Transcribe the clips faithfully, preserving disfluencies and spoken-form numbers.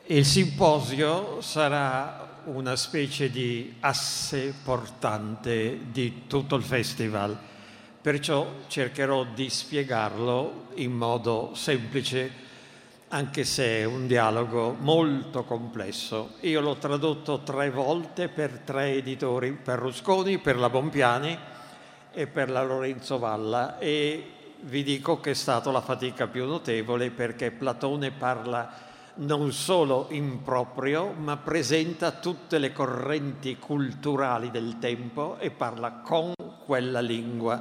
Il simposio sarà una specie di asse portante di tutto il festival, perciò cercherò di spiegarlo in modo semplice, anche se è un dialogo molto complesso. Io l'ho tradotto tre volte per tre editori, per Rusconi, per la Bompiani e per la Lorenzo Valla, e vi dico che è stata la fatica più notevole, perché Platone parla non solo in proprio, ma presenta tutte le correnti culturali del tempo e parla con quella lingua.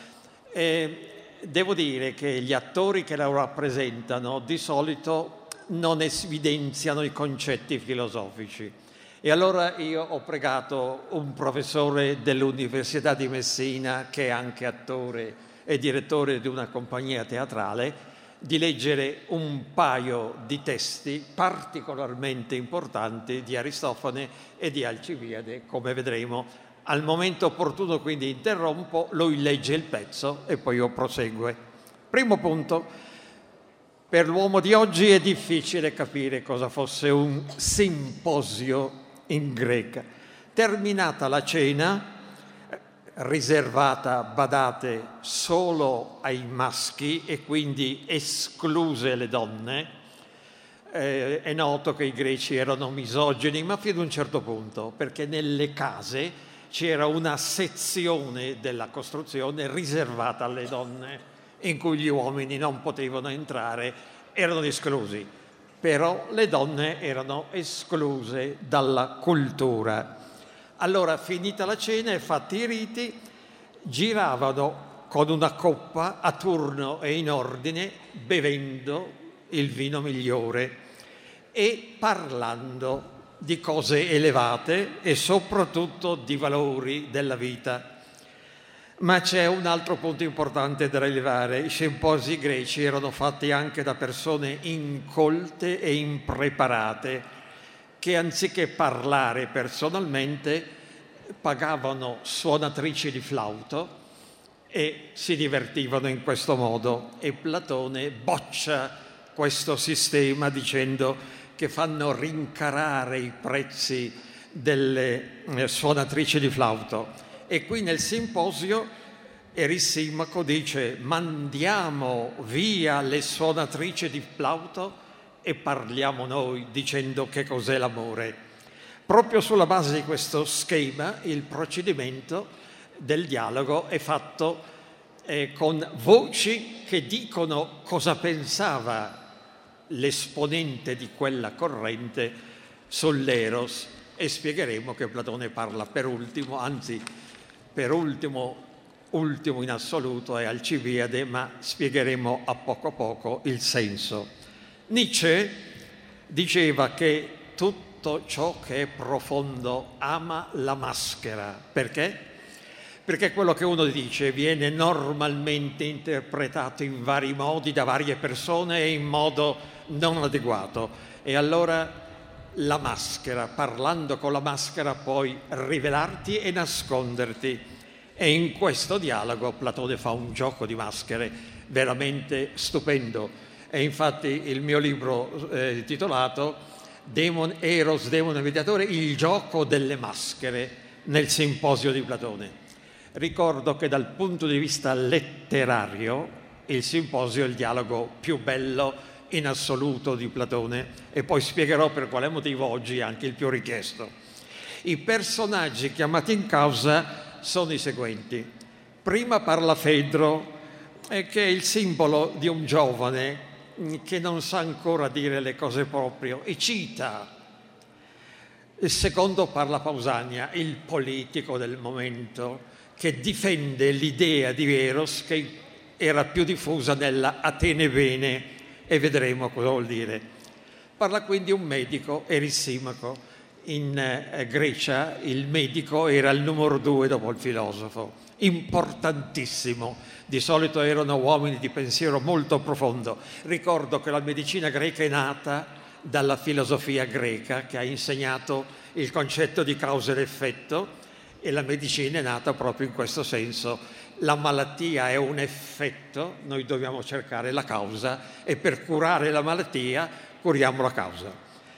E devo dire che gli attori che la rappresentano di solito non evidenziano i concetti filosofici. E allora io ho pregato un professore dell'Università di Messina, che è anche attore e direttore di una compagnia teatrale, di leggere un paio di testi particolarmente importanti di Aristofane e di Alcibiade, come vedremo. Al momento opportuno quindi interrompo, lui legge il pezzo e poi io prosegue. Primo punto: per l'uomo di oggi è difficile capire cosa fosse un simposio in greca. Terminata la cena, riservata, badate, solo ai maschi e quindi escluse le donne. Eh, è noto che i greci erano misogini, ma fino ad un certo punto, perché nelle case c'era una sezione della costruzione riservata alle donne, in cui gli uomini non potevano entrare, erano esclusi. Però le donne erano escluse dalla cultura. Allora, finita la cena e fatti i riti, giravano con una coppa a turno e in ordine, bevendo il vino migliore e parlando di cose elevate e soprattutto di valori della vita. Ma c'è un altro punto importante da rilevare: i simposi greci erano fatti anche da persone incolte e impreparate, che anziché parlare personalmente pagavano suonatrici di flauto e si divertivano in questo modo. E Platone boccia questo sistema dicendo che fanno rincarare i prezzi delle suonatrici di flauto. E qui nel simposio Erisimaco dice: mandiamo via le suonatrici di flauto e parliamo noi dicendo che cos'è l'amore. Proprio sulla base di questo schema il procedimento del dialogo è fatto eh, con voci che dicono cosa pensava l'esponente di quella corrente sull'eros, e spiegheremo che Platone parla per ultimo, anzi per ultimo, ultimo in assoluto è Alcibiade, ma spiegheremo a poco a poco il senso. Nietzsche diceva che tutto ciò che è profondo ama la maschera. Perché? Perché quello che uno dice viene normalmente interpretato in vari modi da varie persone e in modo non adeguato. E allora la maschera, parlando con la maschera puoi rivelarti e nasconderti. E in questo dialogo Platone fa un gioco di maschere veramente stupendo. E infatti il mio libro eh, titolato Demon, Eros, Demone Mediatore, il gioco delle maschere nel simposio di Platone. Ricordo che dal punto di vista letterario il simposio è il dialogo più bello in assoluto di Platone, e poi spiegherò per quale motivo oggi è anche il più richiesto. I personaggi chiamati in causa sono i seguenti. Prima parla Fedro, eh, che è il simbolo di un giovane che non sa ancora dire le cose proprio e cita. Il secondo parla Pausania, il politico del momento, che difende l'idea di Eros che era più diffusa nella Atene Bene, e vedremo cosa vuol dire. Parla quindi un medico, Erisimaco. In eh, Grecia il medico era il numero due dopo il filosofo, importantissimo. Di solito erano uomini di pensiero molto profondo. Ricordo che la medicina greca è nata dalla filosofia greca, che ha insegnato il concetto di causa ed effetto, e la medicina è nata proprio in questo senso. La malattia è un effetto, noi dobbiamo cercare la causa, e per curare la malattia curiamo la causa.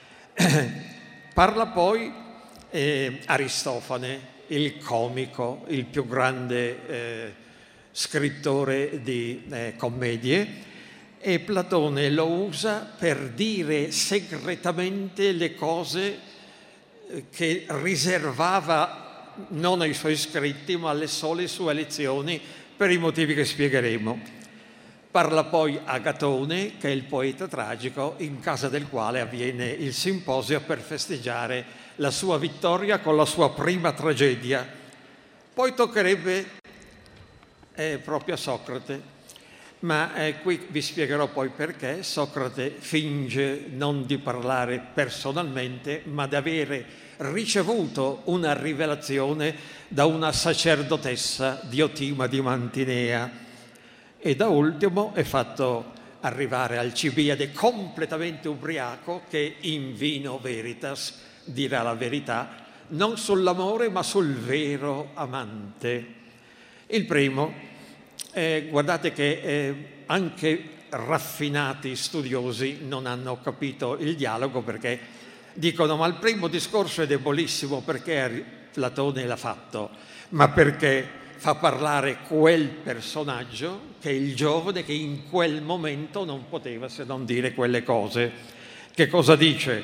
Parla poi eh, Aristofane, il comico, il più grande eh, scrittore di eh, commedie, e Platone lo usa per dire segretamente le cose che riservava non ai suoi scritti ma alle sole sue lezioni, per i motivi che spiegheremo. Parla poi Agatone, che è il poeta tragico, in casa del quale avviene il simposio per festeggiare la sua vittoria con la sua prima tragedia. Poi toccherebbe eh, proprio a Socrate, ma eh, qui vi spiegherò poi perché Socrate finge non di parlare personalmente, ma di avere ricevuto una rivelazione da una sacerdotessa, Diotima di Mantinea. E da ultimo è fatto arrivare Alcibiade completamente ubriaco, che in vino veritas dirà la verità, non sull'amore ma sul vero amante. Il primo, eh, guardate che eh, anche raffinati studiosi non hanno capito il dialogo, perché dicono ma il primo discorso è debolissimo, perché Platone l'ha fatto, ma perché fa parlare quel personaggio che è il giovane, che in quel momento non poteva se non dire quelle cose. Che cosa dice?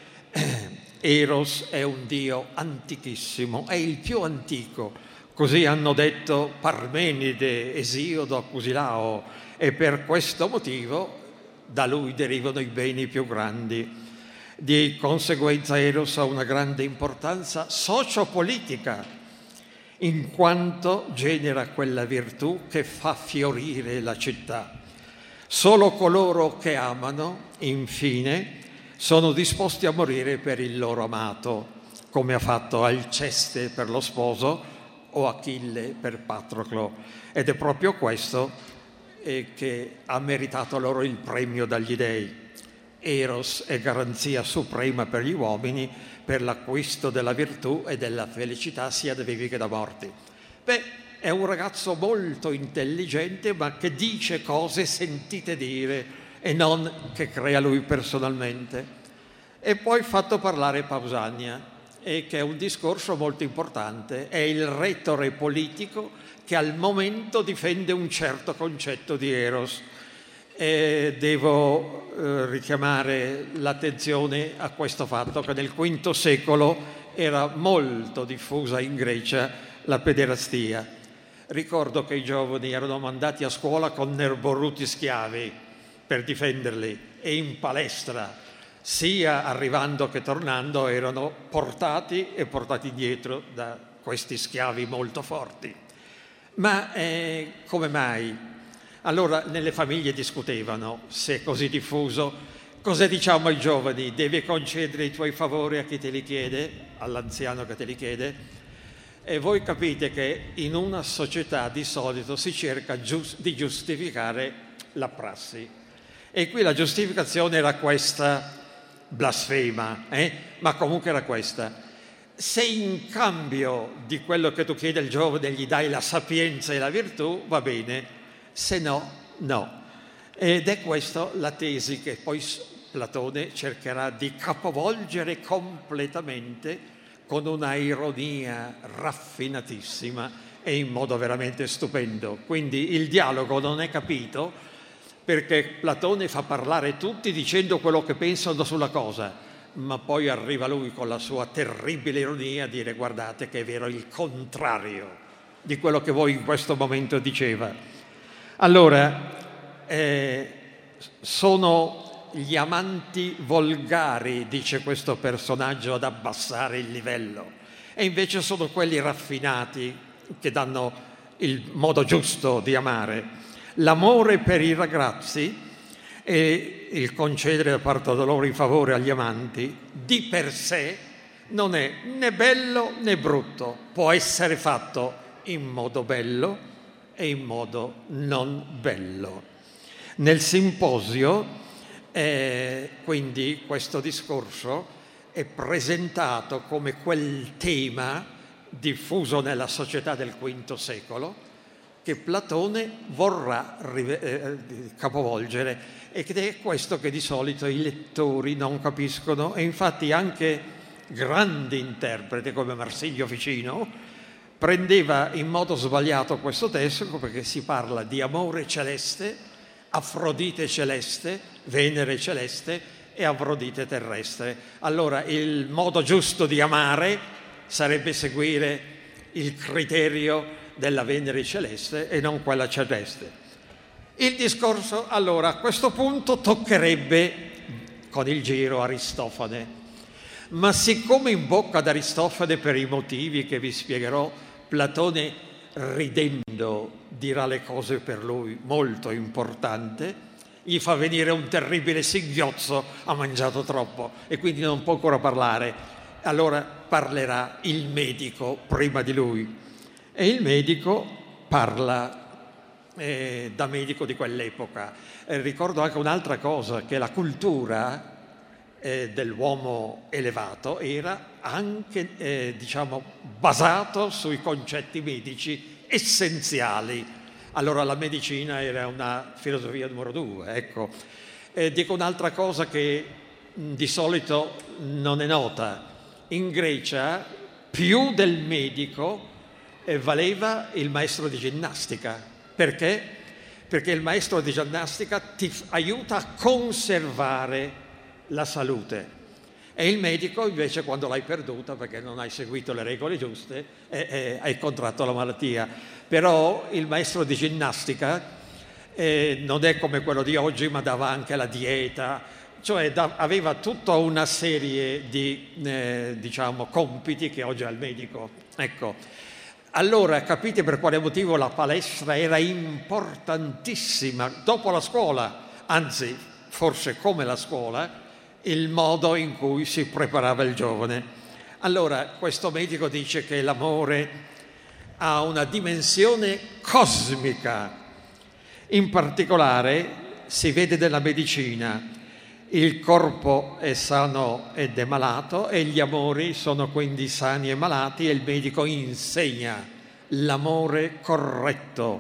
Eros è un dio antichissimo, è il più antico. Così hanno detto Parmenide, Esiodo, Acusilao, e per questo motivo da lui derivano i beni più grandi. Di conseguenza Eros ha una grande importanza sociopolitica, in quanto genera quella virtù che fa fiorire la città. Solo coloro che amano, infine, sono disposti a morire per il loro amato, come ha fatto Alceste per lo sposo o Achille per Patroclo. Ed è proprio questo eh, che ha meritato loro il premio dagli dei. Eros è garanzia suprema per gli uomini per l'acquisto della virtù e della felicità sia da vivi che da morti. Beh, è un ragazzo molto intelligente, ma che dice cose sentite dire e non che crea lui personalmente. E poi fatto parlare Pausania, e che è un discorso molto importante, è il retore politico che al momento difende un certo concetto di Eros. E devo eh, richiamare l'attenzione a questo fatto che nel quinto secolo era molto diffusa in Grecia la pederastia. Ricordo che i giovani erano mandati a scuola con nerboruti schiavi per difenderli, e in palestra, sia arrivando che tornando, erano portati e portati dietro da questi schiavi molto forti. Ma eh, come mai? Allora nelle famiglie discutevano, se è così diffuso, cosa diciamo ai giovani? Devi concedere i tuoi favori a chi te li chiede, all'anziano che te li chiede? E voi capite che in una società di solito si cerca giust- di giustificare la prassi. E qui la giustificazione era questa, blasfema, eh? ma comunque era questa. Se in cambio di quello che tu chiedi al giovane gli dai la sapienza e la virtù, va bene, se no, no. Ed è questa la tesi che poi Platone cercherà di capovolgere completamente con una ironia raffinatissima e in modo veramente stupendo. Quindi il dialogo non è capito perché Platone fa parlare tutti dicendo quello che pensano sulla cosa, ma poi arriva lui con la sua terribile ironia a dire guardate che è vero il contrario di quello che voi in questo momento diceva. Allora, eh, sono gli amanti volgari, dice questo personaggio, ad abbassare il livello, e invece sono quelli raffinati che danno il modo giusto di amare. L'amore per i ragazzi e il concedere da parte loro i favori agli amanti di per sé non è né bello né brutto, può essere fatto in modo bello e in modo non bello. Nel simposio, eh, quindi, questo discorso è presentato come quel tema diffuso nella società del quinto secolo, che Platone vorrà eh, capovolgere, ed è questo che di solito i lettori non capiscono, e infatti anche grandi interpreti come Marsilio Ficino prendeva in modo sbagliato questo testo, perché si parla di amore celeste, Afrodite celeste, Venere celeste e Afrodite terrestre. Allora il modo giusto di amare sarebbe seguire il criterio della Venere celeste e non quella celeste. Il discorso allora a questo punto toccherebbe con il giro Aristofane, ma siccome in bocca ad Aristofane, per i motivi che vi spiegherò, Platone ridendo dirà le cose per lui molto importanti, gli fa venire un terribile singhiozzo, ha mangiato troppo e quindi non può ancora parlare. Allora parlerà il medico prima di lui, e il medico parla eh, da medico di quell'epoca. Eh, ricordo anche un'altra cosa, che la cultura eh, dell'uomo elevato era anche eh, diciamo basato sui concetti medici essenziali. Allora la medicina era una filosofia numero due, ecco. Eh, dico un'altra cosa che mh, di solito non è nota. In Grecia più del medico eh, valeva il maestro di ginnastica. Perché? Perché il maestro di ginnastica ti f- aiuta a conservare la salute. E il medico invece, quando l'hai perduta perché non hai seguito le regole giuste, eh, eh, hai contratto la malattia. Però il maestro di ginnastica eh, non è come quello di oggi, ma dava anche la dieta, cioè da, aveva tutta una serie di eh, diciamo compiti che oggi ha il medico. Ecco. Allora capite per quale motivo la palestra era importantissima dopo la scuola, anzi forse come la scuola, il modo in cui si preparava il giovane. Allora questo medico dice che l'amore ha una dimensione cosmica. In particolare si vede nella medicina: il corpo è sano ed è malato e gli amori sono quindi sani e malati, e il medico insegna l'amore corretto,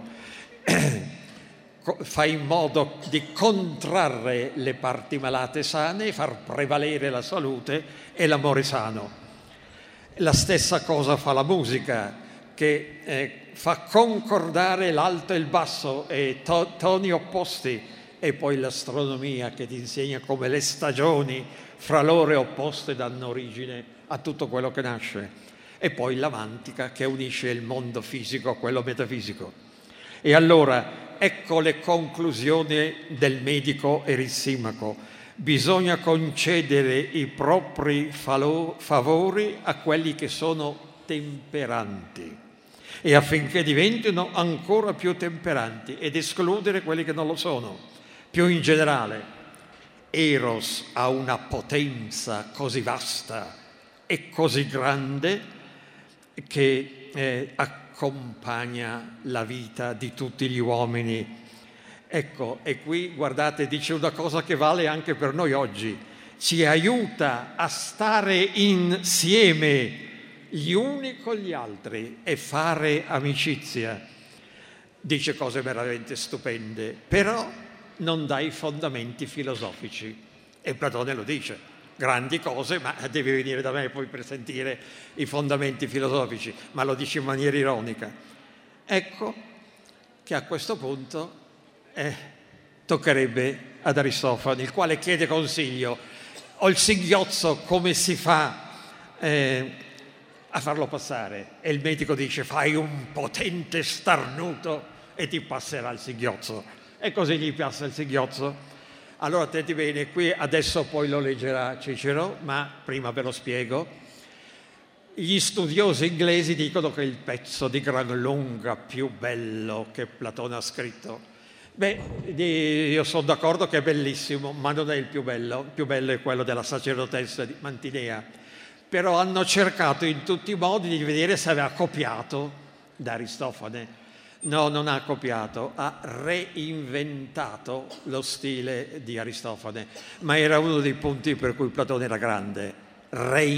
fa in modo di contrarre le parti malate sane e far prevalere la salute e l'amore sano. La stessa cosa fa la musica, che eh, fa concordare l'alto e il basso e to- toni opposti, e poi l'astronomia che ti insegna come le stagioni fra loro opposte danno origine a tutto quello che nasce, e poi l'amantica che unisce il mondo fisico a quello metafisico. E allora ecco le conclusioni del medico Erisimaco: bisogna concedere i propri falo- favori a quelli che sono temperanti, e affinché diventino ancora più temperanti, ed escludere quelli che non lo sono. Più in generale, Eros ha una potenza così vasta e così grande che eh, accompagna la vita di tutti gli uomini. Ecco, e qui guardate, dice una cosa che vale anche per noi oggi: ci aiuta a stare insieme gli uni con gli altri e fare amicizia. Dice cose veramente stupende, però non dà i fondamenti filosofici, e Platone lo dice: grandi cose, ma devi venire da me poi per sentire i fondamenti filosofici, ma lo dice in maniera ironica. Ecco che a questo punto eh, toccherebbe ad Aristofane, il quale chiede consiglio: ho il singhiozzo, come si fa eh, a farlo passare? E il medico dice: fai un potente starnuto e ti passerà il singhiozzo. E così gli passa il singhiozzo. Allora attenti bene, qui adesso poi lo leggerà Cicero, ma prima ve lo spiego. Gli studiosi inglesi dicono che è il pezzo di gran lunga più bello che Platone ha scritto. Beh, io sono d'accordo che è bellissimo, ma non è il più bello. Il più bello è quello della sacerdotessa di Mantinea. Però hanno cercato in tutti i modi di vedere se aveva copiato da Aristofane. No, non ha copiato, ha reinventato lo stile di Aristofane, ma era uno dei punti per cui Platone era grande: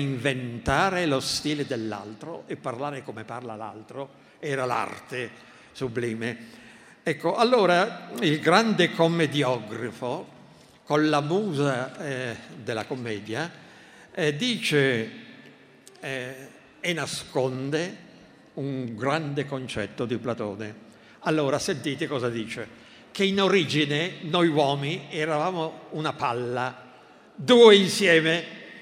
reinventare lo stile dell'altro e parlare come parla l'altro era l'arte sublime. Ecco, allora il grande commediografo, con la musa eh, della commedia, eh, dice eh, e nasconde un grande concetto di Platone. Allora, sentite cosa dice: che in origine noi uomini eravamo una palla, due insieme,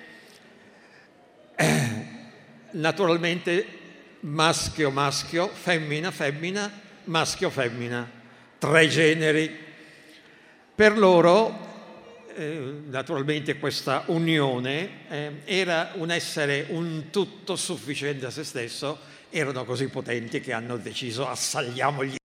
eh, naturalmente maschio maschio, femmina femmina, maschio femmina, tre generi. Per loro eh, naturalmente questa unione eh, era un essere un tutto sufficiente a se stesso. Erano così potenti che hanno deciso: assalliamo gli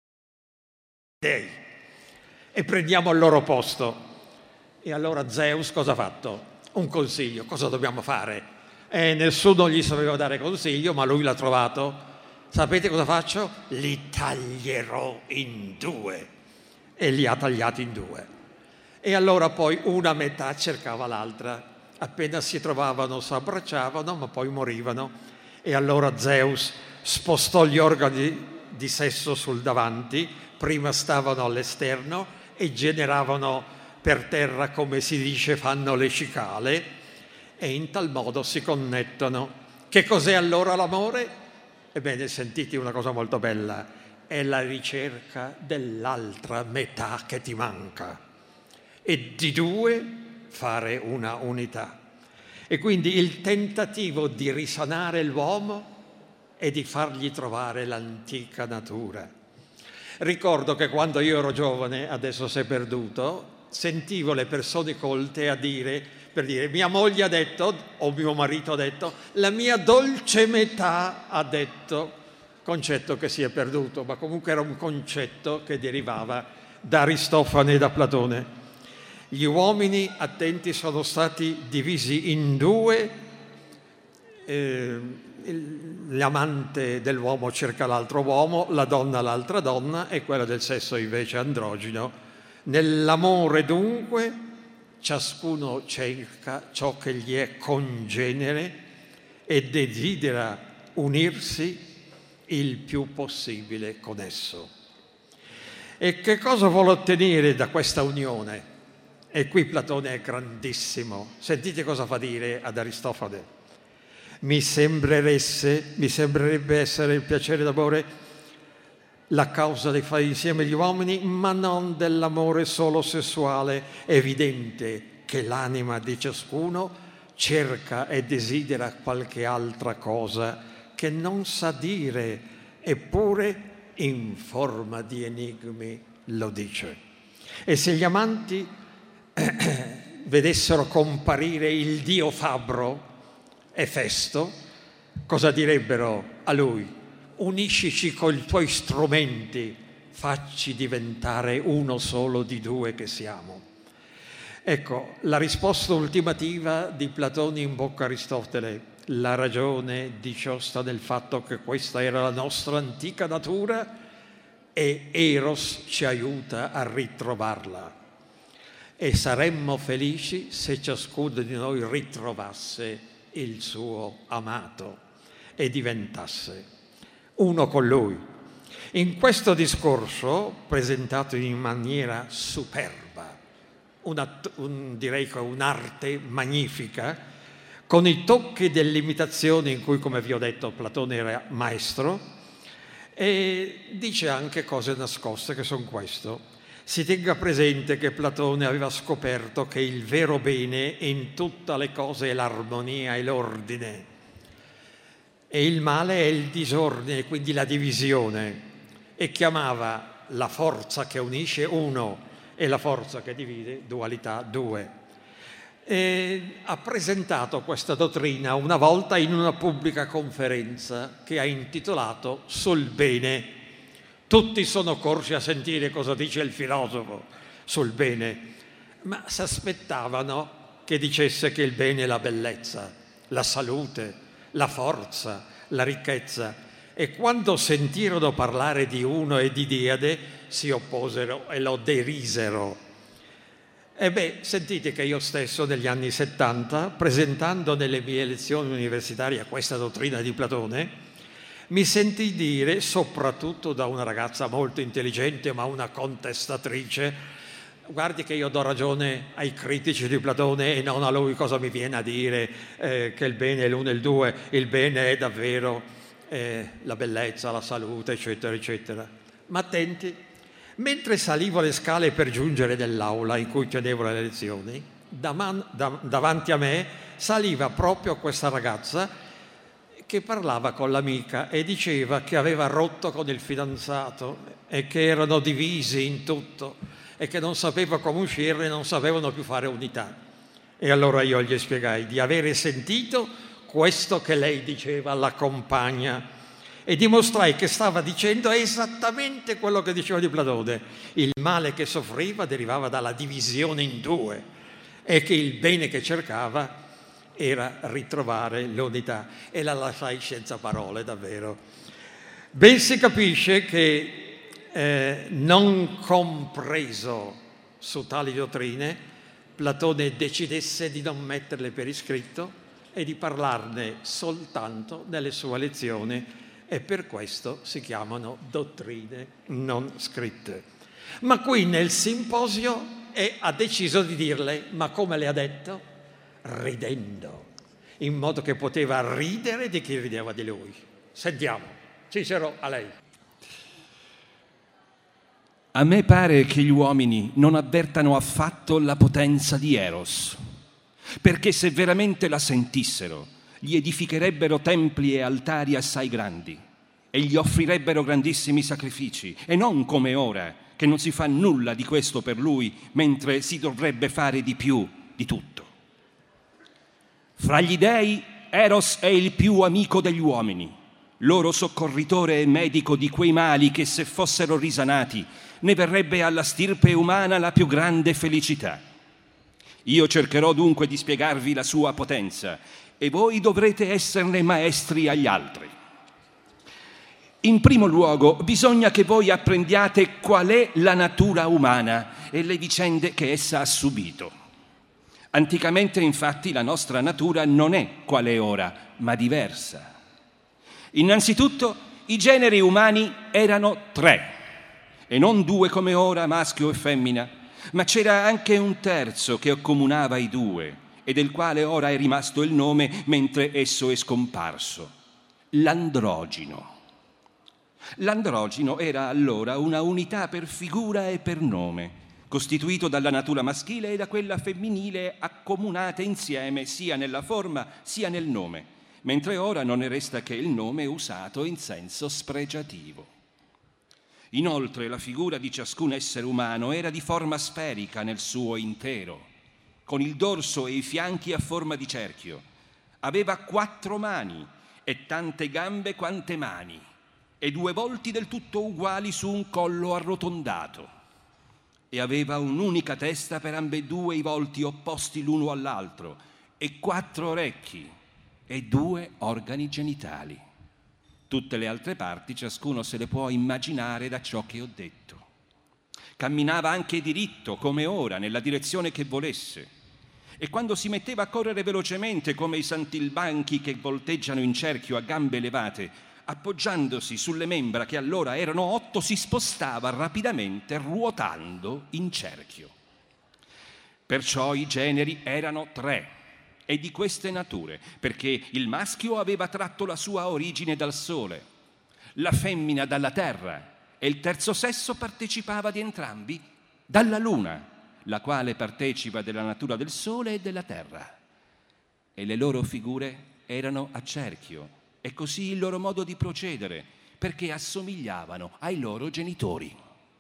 dei e prendiamo il loro posto. E allora Zeus cosa ha fatto? Un consiglio: cosa dobbiamo fare? E nessuno gli sapeva dare consiglio, ma lui l'ha trovato. Sapete cosa faccio? Li taglierò in due. E li ha tagliati in due. E allora poi una metà cercava l'altra. Appena si trovavano si abbracciavano, ma poi morivano. E allora Zeus spostò gli organi di sesso sul davanti, prima stavano all'esterno e generavano per terra, come si dice, fanno le cicale, e in tal modo si connettono. Che cos'è allora l'amore? Ebbene, sentite una cosa molto bella: è la ricerca dell'altra metà che ti manca e di due fare una unità. E quindi il tentativo di risanare l'uomo è di fargli trovare l'antica natura. Ricordo che quando io ero giovane, adesso si è perduto, sentivo le persone colte a dire, per dire, mia moglie ha detto, o mio marito ha detto, la mia dolce metà ha detto, concetto che si è perduto, ma comunque era un concetto che derivava da Aristofane e da Platone. Gli uomini, attenti, sono stati divisi in due, eh, l'amante dell'uomo cerca l'altro uomo, la donna l'altra donna, e quella del sesso invece androgino. Nell'amore dunque ciascuno cerca ciò che gli è congenere e desidera unirsi il più possibile con esso. E che cosa vuole ottenere da questa unione? E qui Platone è grandissimo. Sentite cosa fa dire ad Aristofane: mi sembrerebbe, mi sembrerebbe essere il piacere d'amore la causa di fare insieme gli uomini, ma non dell'amore solo sessuale. È evidente che l'anima di ciascuno cerca e desidera qualche altra cosa che non sa dire, eppure in forma di enigmi lo dice. E se gli amanti vedessero comparire il dio fabbro, Efesto, cosa direbbero a lui? Uniscici con i tuoi strumenti, facci diventare uno solo di due che siamo. Ecco, la risposta ultimativa di Platone in bocca a Aristotele: la ragione di ciò sta nel fatto che questa era la nostra antica natura e Eros ci aiuta a ritrovarla. E saremmo felici se ciascuno di noi ritrovasse il suo amato e diventasse uno con lui. In questo discorso, presentato in maniera superba, una, un, direi che un'arte magnifica, con i tocchi dell'imitazione in cui, come vi ho detto, Platone era maestro, e dice anche cose nascoste che sono questo. Si tenga presente che Platone aveva scoperto che il vero bene in tutte le cose è l'armonia e l'ordine, e il male è il disordine, quindi la divisione, e chiamava la forza che unisce uno e la forza che divide, dualità, due. E ha presentato questa dottrina una volta in una pubblica conferenza che ha intitolato Sul bene. Tutti sono corsi a sentire cosa dice il filosofo sul bene, ma si aspettavano che dicesse che il bene è la bellezza, la salute, la forza, la ricchezza. E quando sentirono parlare di uno e di Diade si opposero e lo derisero. E beh, sentite che io stesso negli anni settanta, presentando nelle mie lezioni universitarie questa dottrina di Platone, mi sentii dire, soprattutto da una ragazza molto intelligente ma una contestatrice: guardi che io do ragione ai critici di Platone e non a lui, cosa mi viene a dire eh, che il bene è l'uno e il due, il bene è davvero eh, la bellezza, la salute, eccetera, eccetera. Ma attenti, mentre salivo le scale per giungere nell'aula in cui tenevo le lezioni, daman- da- davanti a me saliva proprio questa ragazza che parlava con l'amica e diceva che aveva rotto con il fidanzato e che erano divisi in tutto e che non sapeva come uscirne, non sapevano più fare unità. E allora io gli spiegai di avere sentito questo che lei diceva alla compagna e dimostrai che stava dicendo esattamente quello che diceva di Platone. Il male che soffriva derivava dalla divisione in due e che il bene che cercava era ritrovare l'unità, e la lasciai senza parole, davvero. Ben si capisce che eh, non compreso su tali dottrine, Platone decidesse di non metterle per iscritto e di parlarne soltanto nelle sue lezioni, e per questo si chiamano dottrine non scritte. Ma qui nel simposio e ha deciso di dirle, ma come le ha detto? Ridendo, in modo che poteva ridere di chi rideva di lui. Sentiamo, Cicero, a lei. A me pare che gli uomini non avvertano affatto la potenza di Eros, perché se veramente la sentissero, gli edificherebbero templi e altari assai grandi e gli offrirebbero grandissimi sacrifici, e non come ora, che non si fa nulla di questo per lui, mentre si dovrebbe fare di più di tutto. Fra gli dei, Eros è il più amico degli uomini, loro soccorritore e medico di quei mali che, se fossero risanati, ne verrebbe alla stirpe umana la più grande felicità. Io cercherò dunque di spiegarvi la sua potenza, e voi dovrete esserne maestri agli altri. In primo luogo, bisogna che voi apprendiate qual è la natura umana e le vicende che essa ha subito. Anticamente, infatti, la nostra natura non è qual è ora, ma diversa. Innanzitutto, i generi umani erano tre, e non due come ora, maschio e femmina, ma c'era anche un terzo che accomunava i due, e del quale ora è rimasto il nome mentre esso è scomparso: l'androgino. L'androgino era allora una unità per figura e per nome, costituito dalla natura maschile e da quella femminile accomunate insieme sia nella forma sia nel nome, mentre ora non ne resta che il nome usato in senso spregiativo. Inoltre la figura di ciascun essere umano era di forma sferica nel suo intero, con il dorso e i fianchi a forma di cerchio. Aveva quattro mani e tante gambe quante mani, e due volti del tutto uguali su un collo arrotondato, e aveva un'unica testa per ambedue i volti opposti l'uno all'altro, e quattro orecchi e due organi genitali. Tutte le altre parti ciascuno se le può immaginare da ciò che ho detto. Camminava anche diritto, come ora, nella direzione che volesse, e quando si metteva a correre velocemente come i santilbanchi che volteggiano in cerchio a gambe levate, appoggiandosi sulle membra che allora erano otto, si spostava rapidamente ruotando in cerchio. Perciò i generi erano tre, e di queste nature, perché il maschio aveva tratto la sua origine dal sole, la femmina dalla terra, e il terzo sesso partecipava di entrambi dalla luna, la quale partecipa della natura del sole e della terra. E le loro figure erano a cerchio, e così il loro modo di procedere, perché assomigliavano ai loro genitori.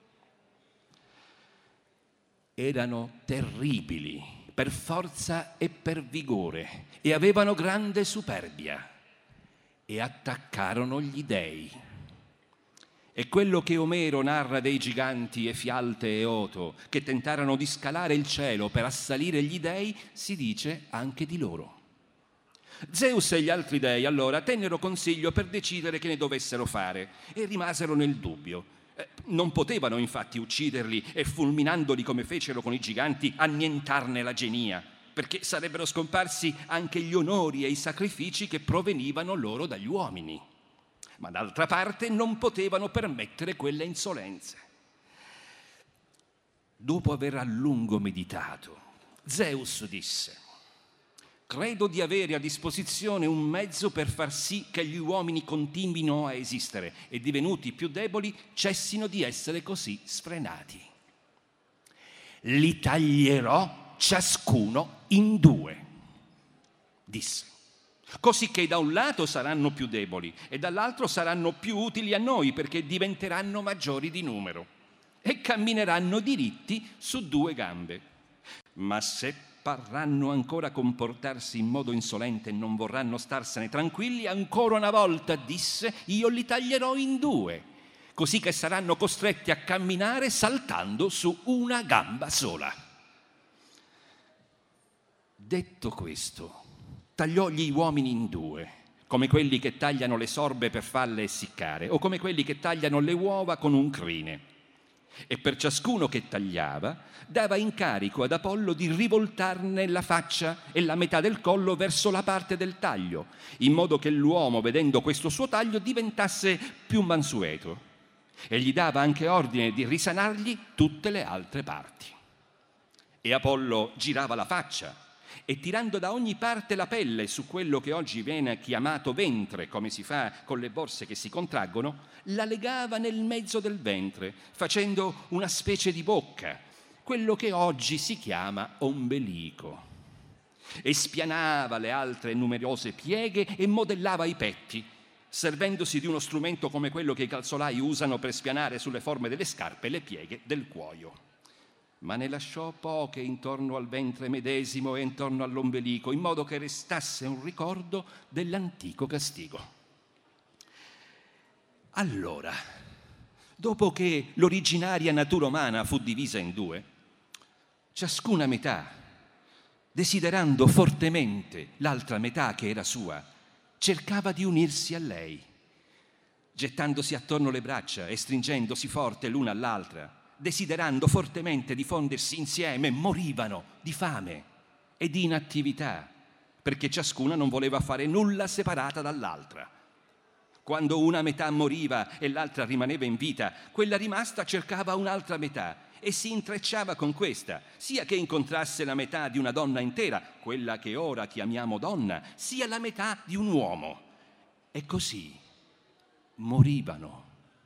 Erano terribili per forza e per vigore, e avevano grande superbia, e attaccarono gli dei. E quello che Omero narra dei giganti Efialte e Oto, che tentarono di scalare il cielo per assalire gli dei, si dice anche di loro. Zeus e gli altri dei allora tennero consiglio per decidere che ne dovessero fare, e rimasero nel dubbio. Eh, non potevano infatti ucciderli e, fulminandoli come fecero con i giganti, annientarne la genia, perché sarebbero scomparsi anche gli onori e i sacrifici che provenivano loro dagli uomini. ma d'altra parte non potevano permettere quelle insolenze. Dopo aver a lungo meditato, Zeus disse: credo di avere a disposizione un mezzo per far sì che gli uomini continuino a esistere e, divenuti più deboli, cessino di essere così sfrenati. Li taglierò ciascuno in due, disse, così che da un lato saranno più deboli e dall'altro saranno più utili a noi perché diventeranno maggiori di numero e cammineranno diritti su due gambe. Ma se parranno ancora comportarsi in modo insolente e non vorranno starsene tranquilli, ancora una volta, disse, io li taglierò in due, così che saranno costretti a camminare saltando su una gamba sola. Detto questo, tagliò gli uomini in due, come quelli che tagliano le sorbe per farle essiccare, o come quelli che tagliano le uova con un crine. E per ciascuno che tagliava dava incarico ad Apollo di rivoltarne la faccia e la metà del collo verso la parte del taglio, in modo che l'uomo, vedendo questo suo taglio, diventasse più mansueto. E gli dava anche ordine di risanargli tutte le altre parti. E Apollo girava la faccia e, tirando da ogni parte la pelle su quello che oggi viene chiamato ventre, come si fa con le borse che si contraggono, la legava nel mezzo del ventre, facendo una specie di bocca, quello che oggi si chiama ombelico. E spianava le altre numerose pieghe e modellava i petti, servendosi di uno strumento come quello che i calzolai usano per spianare sulle forme delle scarpe le pieghe del cuoio. Ma ne lasciò poche intorno al ventre medesimo e intorno all'ombelico, in modo che restasse un ricordo dell'antico castigo. Allora, dopo che l'originaria natura umana fu divisa in due, ciascuna metà, desiderando fortemente l'altra metà che era sua, cercava di unirsi a lei, gettandosi attorno le braccia e stringendosi forte l'una all'altra, desiderando fortemente di fondersi insieme, morivano di fame e di inattività, perché ciascuna non voleva fare nulla separata dall'altra. Quando una metà moriva e l'altra rimaneva in vita, quella rimasta cercava un'altra metà e si intrecciava con questa, sia che incontrasse la metà di una donna intera, quella che ora chiamiamo donna, sia la metà di un uomo. E così morivano.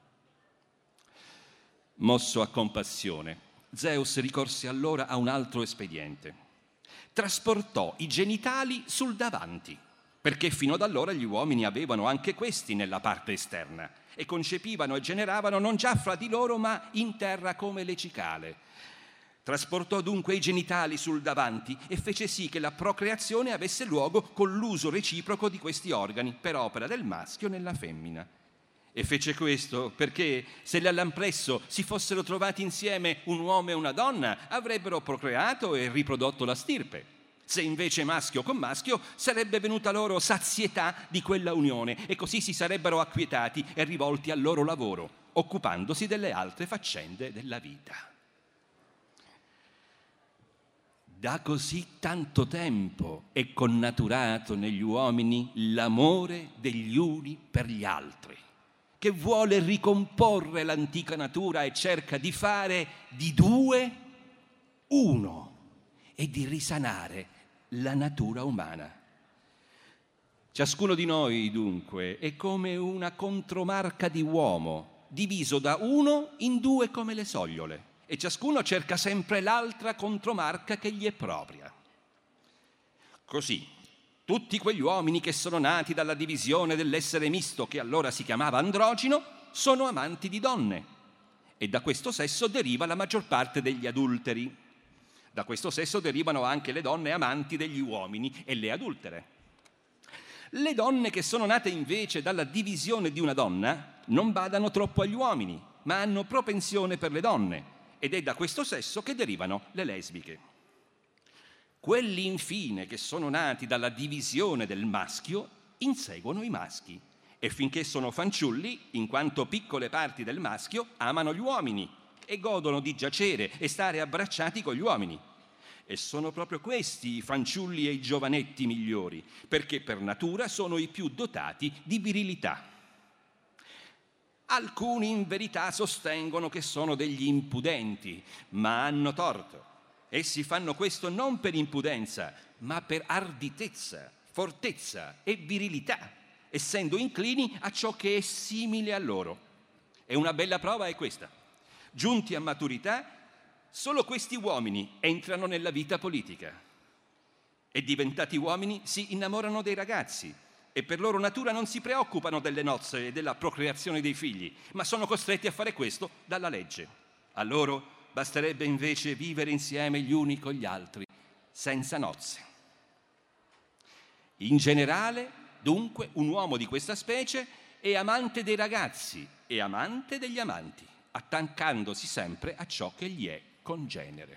Mosso a compassione, Zeus ricorse allora a un altro espediente. Trasportò i genitali sul davanti, perché fino ad allora gli uomini avevano anche questi nella parte esterna e concepivano e generavano non già fra di loro ma in terra come le cicale. Trasportò dunque i genitali sul davanti e fece sì che la procreazione avesse luogo con l'uso reciproco di questi organi per opera del maschio nella femmina. E fece questo perché se all'ampresso si fossero trovati insieme un uomo e una donna, avrebbero procreato e riprodotto la stirpe. Se invece maschio con maschio, sarebbe venuta loro sazietà di quella unione e così si sarebbero acquietati e rivolti al loro lavoro, occupandosi delle altre faccende della vita. Da così tanto tempo è connaturato negli uomini l'amore degli uni per gli altri, che vuole ricomporre l'antica natura e cerca di fare di due uno e di risanare la natura umana. Ciascuno di noi, dunque, è come una contromarca di uomo, diviso da uno in due come le sogliole, e ciascuno cerca sempre l'altra contromarca che gli è propria. Così, tutti quegli uomini che sono nati dalla divisione dell'essere misto, che allora si chiamava androgino, sono amanti di donne, e da questo sesso deriva la maggior parte degli adulteri. Da questo sesso derivano anche le donne amanti degli uomini e le adultere. Le donne che sono nate invece dalla divisione di una donna non badano troppo agli uomini, ma hanno propensione per le donne, ed è da questo sesso che derivano le lesbiche. Quelli infine che sono nati dalla divisione del maschio inseguono i maschi e finché sono fanciulli, in quanto piccole parti del maschio, amano gli uomini e godono di giacere e stare abbracciati con gli uomini. E sono proprio questi i fanciulli e i giovanetti migliori, perché per natura sono i più dotati di virilità. Alcuni in verità sostengono che sono degli impudenti, ma hanno torto. Essi fanno questo non per impudenza, ma per arditezza, fortezza e virilità, essendo inclini a ciò che è simile a loro. E una bella prova è questa. Giunti a maturità, solo questi uomini entrano nella vita politica. E diventati uomini si innamorano dei ragazzi e per loro natura non si preoccupano delle nozze e della procreazione dei figli, ma sono costretti a fare questo dalla legge. A loro basterebbe invece vivere insieme gli uni con gli altri, senza nozze. In generale, dunque, un uomo di questa specie è amante dei ragazzi e amante degli amanti, attaccandosi sempre a ciò che gli è congenere.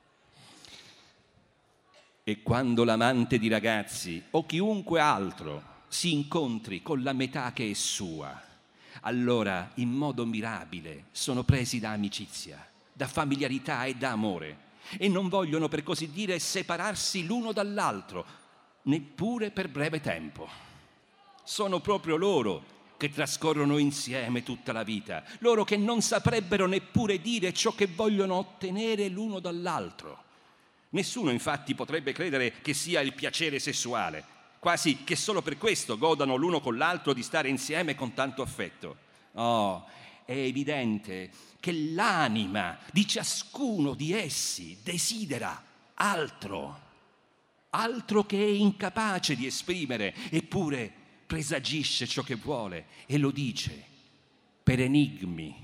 E quando l'amante di ragazzi o chiunque altro si incontri con la metà che è sua, allora in modo mirabile sono presi da amicizia, da familiarità e da amore, e non vogliono, per così dire, separarsi l'uno dall'altro, neppure per breve tempo. Sono proprio loro che trascorrono insieme tutta la vita, loro che non saprebbero neppure dire ciò che vogliono ottenere l'uno dall'altro. Nessuno infatti potrebbe credere che sia il piacere sessuale, quasi che solo per questo godano l'uno con l'altro di stare insieme con tanto affetto. Oh, è evidente che l'anima di ciascuno di essi desidera altro, altro che è incapace di esprimere, eppure presagisce ciò che vuole e lo dice per enigmi.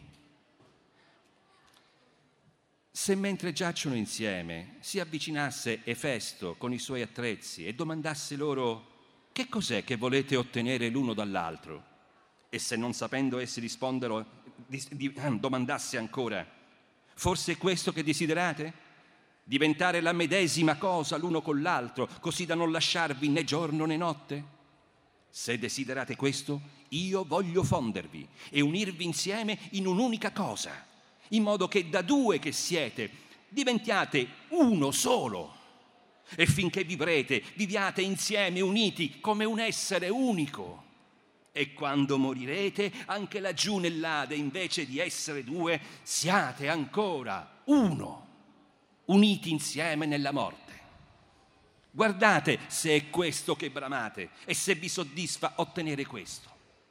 Se mentre giacciono insieme si avvicinasse Efesto con i suoi attrezzi e domandasse loro che cos'è che volete ottenere l'uno dall'altro, e se non sapendo essi rispondere di, di, domandasse ancora forse è questo che desiderate? Diventare la medesima cosa l'uno con l'altro, così da non lasciarvi né giorno né notte? Se desiderate questo, io voglio fondervi e unirvi insieme in un'unica cosa, in modo che da due che siete diventiate uno solo. E finché vivrete, viviate insieme uniti come un essere unico. E quando morirete, anche laggiù nell'Ade, invece di essere due, siate ancora uno, uniti insieme nella morte. Guardate se è questo che bramate e se vi soddisfa ottenere questo.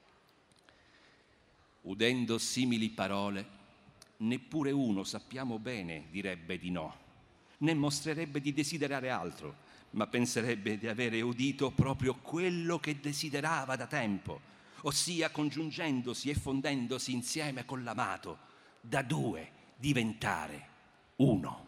Udendo simili parole, neppure uno, sappiamo bene, direbbe di no, né mostrerebbe di desiderare altro, ma penserebbe di avere udito proprio quello che desiderava da tempo, ossia congiungendosi e fondendosi insieme con l'amato, da due diventare uno.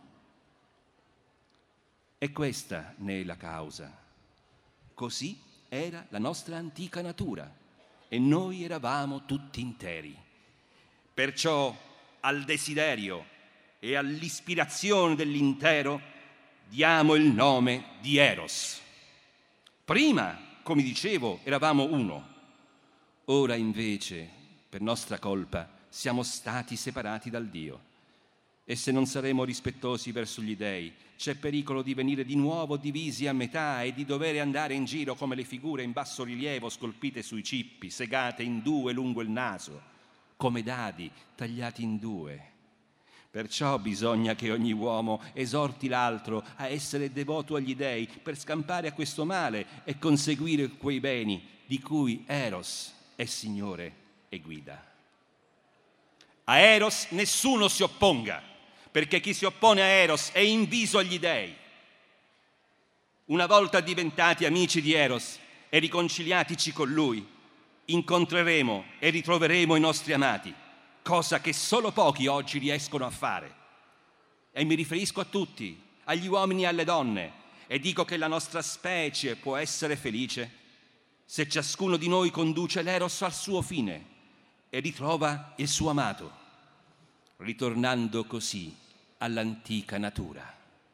E questa ne è la causa. Così era la nostra antica natura e noi eravamo tutti interi. Perciò al desiderio e all'ispirazione dell'intero diamo il nome di Eros. Prima, come dicevo, eravamo uno. Ora invece, per nostra colpa, siamo stati separati dal Dio. E se non saremo rispettosi verso gli dèi, c'è pericolo di venire di nuovo divisi a metà e di dover andare in giro come le figure in basso rilievo scolpite sui cippi, segate in due lungo il naso, come dadi tagliati in due. Perciò bisogna che ogni uomo esorti l'altro a essere devoto agli dèi per scampare a questo male e conseguire quei beni di cui Eros è Signore e guida. A Eros nessuno si opponga, perché chi si oppone a Eros è inviso agli dèi. Una volta diventati amici di Eros e riconciliatici con lui, incontreremo e ritroveremo i nostri amati, cosa che solo pochi oggi riescono a fare. E mi riferisco a tutti, agli uomini e alle donne, e dico che la nostra specie può essere felice se ciascuno di noi conduce l'Eros al suo fine e ritrova il suo amato, ritornando così all'antica natura.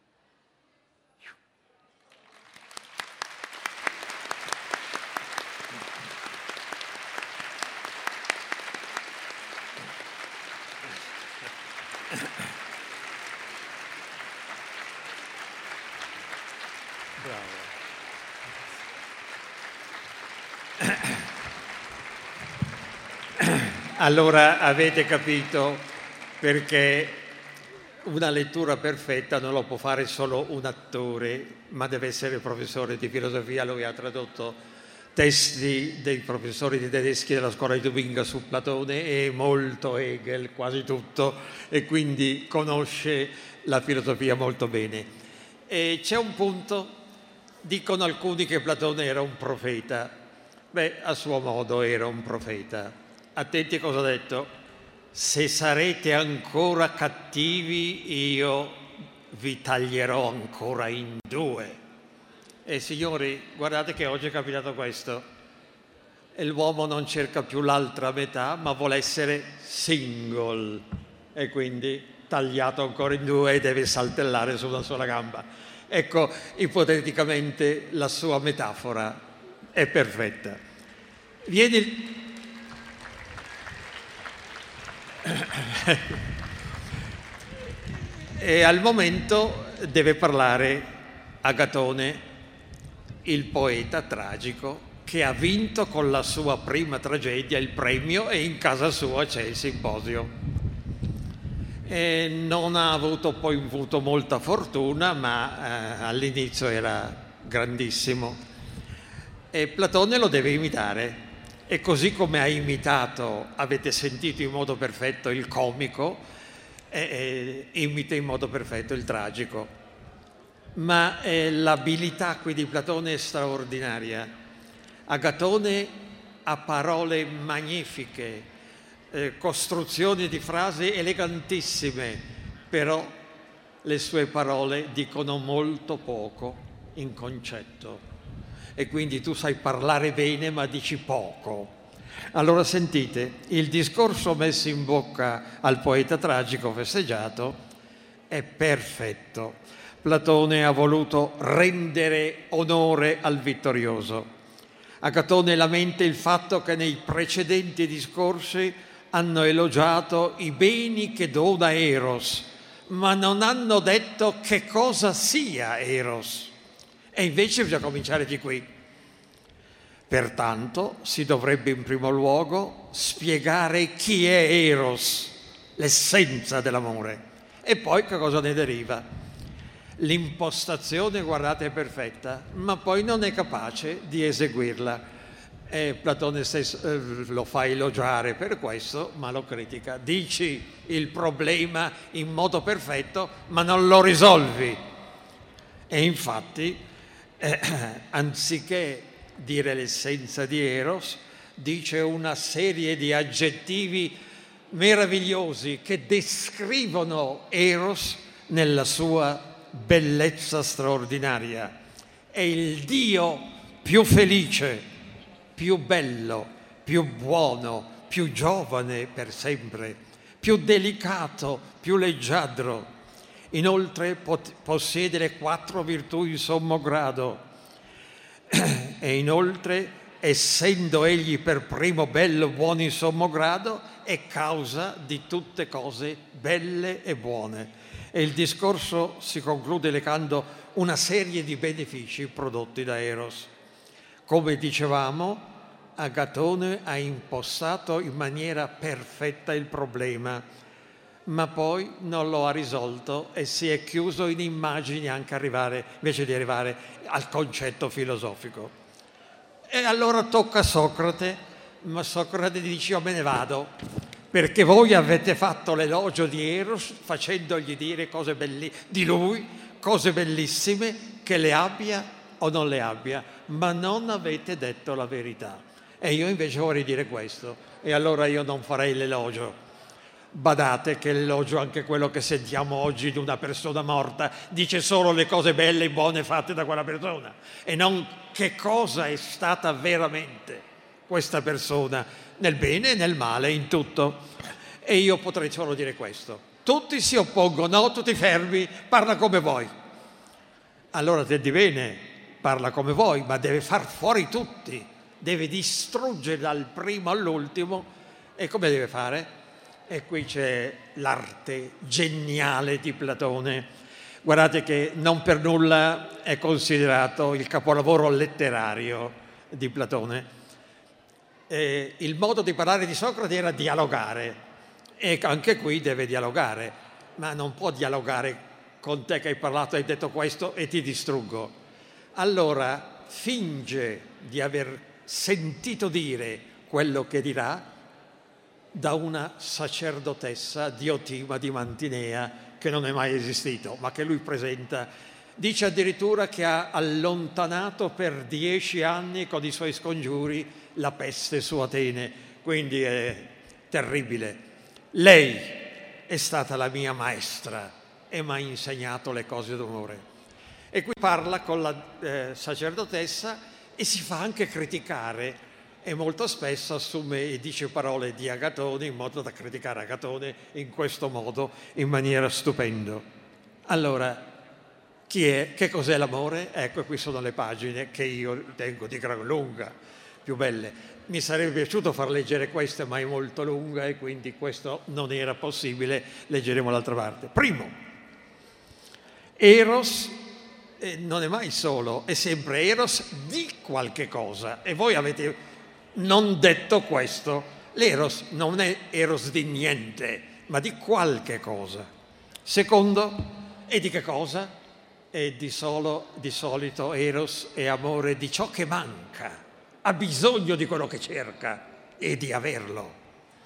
Bravo. Allora avete capito perché una lettura perfetta non lo può fare solo un attore, ma deve essere professore di filosofia. Lui ha tradotto testi dei professori di tedeschi della scuola di Tubinga su Platone e molto Hegel, quasi tutto, e quindi conosce la filosofia molto bene. E c'è un punto, dicono alcuni che Platone era un profeta. Beh, a suo modo era un profeta. Attenti a cosa ha detto: se sarete ancora cattivi io vi taglierò ancora in due. E signori, guardate che oggi è capitato questo. E l'uomo non cerca più l'altra metà, ma vuole essere single. E quindi tagliato ancora in due e deve saltellare su una sola gamba. Ecco, ipoteticamente la sua metafora è perfetta. Vieni... E al momento deve parlare Agatone, il poeta tragico che ha vinto con la sua prima tragedia il premio e in casa sua c'è il simposio. E non ha avuto poi avuto molta fortuna, ma eh, all'inizio era grandissimo. E Platone lo deve imitare. E così come ha imitato, avete sentito in modo perfetto il comico, eh, eh, imita in modo perfetto il tragico. Ma eh, l'abilità qui di Platone è straordinaria. Agatone ha parole magnifiche, eh, costruzioni di frasi elegantissime, però le sue parole dicono molto poco in concetto. E quindi tu sai parlare bene ma dici poco. Allora sentite, il discorso messo in bocca al poeta tragico festeggiato è perfetto. Platone ha voluto rendere onore al vittorioso. Agatone lamenta il fatto che nei precedenti discorsi hanno elogiato i beni che dona Eros, ma non hanno detto che cosa sia Eros. E invece bisogna cominciare di qui. Pertanto si dovrebbe in primo luogo spiegare chi è Eros, l'essenza dell'amore, e poi che cosa ne deriva. L'impostazione, guardate, è perfetta, ma poi non è capace di eseguirla. E Platone stesso eh, lo fa elogiare per questo, ma lo critica. Dici il problema in modo perfetto, ma non lo risolvi. E infatti, eh, anziché dire l'essenza di Eros, dice una serie di aggettivi meravigliosi che descrivono Eros nella sua bellezza straordinaria. È il Dio più felice, più bello, più buono, più giovane per sempre, più delicato, più leggiadro. Inoltre pot- possiede le quattro virtù in sommo grado e inoltre, essendo egli per primo bello, buono in sommo grado, è causa di tutte cose belle e buone. E il discorso si conclude recando una serie di benefici prodotti da Eros. Come dicevamo, Agatone ha impostato in maniera perfetta il problema, ma poi non lo ha risolto e si è chiuso in immagini anche arrivare, invece di arrivare al concetto filosofico. E allora tocca a Socrate, ma Socrate dice: io me ne vado, perché voi avete fatto l'elogio di Eros facendogli dire cose belli di lui, cose bellissime, che le abbia o non le abbia, ma non avete detto la verità. E io invece vorrei dire questo, e allora io non farei l'elogio. Badate che l'elogio, anche quello che sentiamo oggi di una persona morta, dice solo le cose belle e buone fatte da quella persona e non che cosa è stata veramente questa persona, nel bene e nel male, in tutto. E io potrei solo dire questo: tutti si oppongono, no, tutti fermi, parla come vuoi. Allora te di bene, parla come vuoi, ma deve far fuori tutti, deve distruggere dal primo all'ultimo. E come deve fare? E qui c'è l'arte geniale di Platone. Guardate che non per nulla è considerato il capolavoro letterario di Platone. eh, il modo di parlare di Socrate era dialogare, e anche qui deve dialogare, ma non può dialogare con te che hai parlato, hai detto questo e ti distruggo. Allora finge di aver sentito dire quello che dirà da una sacerdotessa, Diotima di Mantinea, che non è mai esistito, ma che lui presenta. Dice addirittura che ha allontanato per dieci anni con i suoi scongiuri la peste su Atene, quindi è terribile. Lei è stata la mia maestra e mi ha insegnato le cose d'onore. E qui parla con la eh, sacerdotessa e si fa anche criticare, e molto spesso assume e dice parole di Agatone in modo da criticare Agatone in questo modo, in maniera stupenda. Allora, chi è? Che cos'è l'amore? Ecco, qui sono le pagine che io ritengo di gran lunga più belle. Mi sarebbe piaciuto far leggere questa, ma è molto lunga e quindi questo non era possibile. Leggeremo l'altra parte. Primo, Eros eh, non è mai solo, è sempre Eros di qualche cosa. E voi avete non detto questo. L'Eros non è Eros di niente, ma di qualche cosa. Secondo, e di che cosa? È di, solo, di solito Eros è amore di ciò che manca, ha bisogno di quello che cerca e di averlo.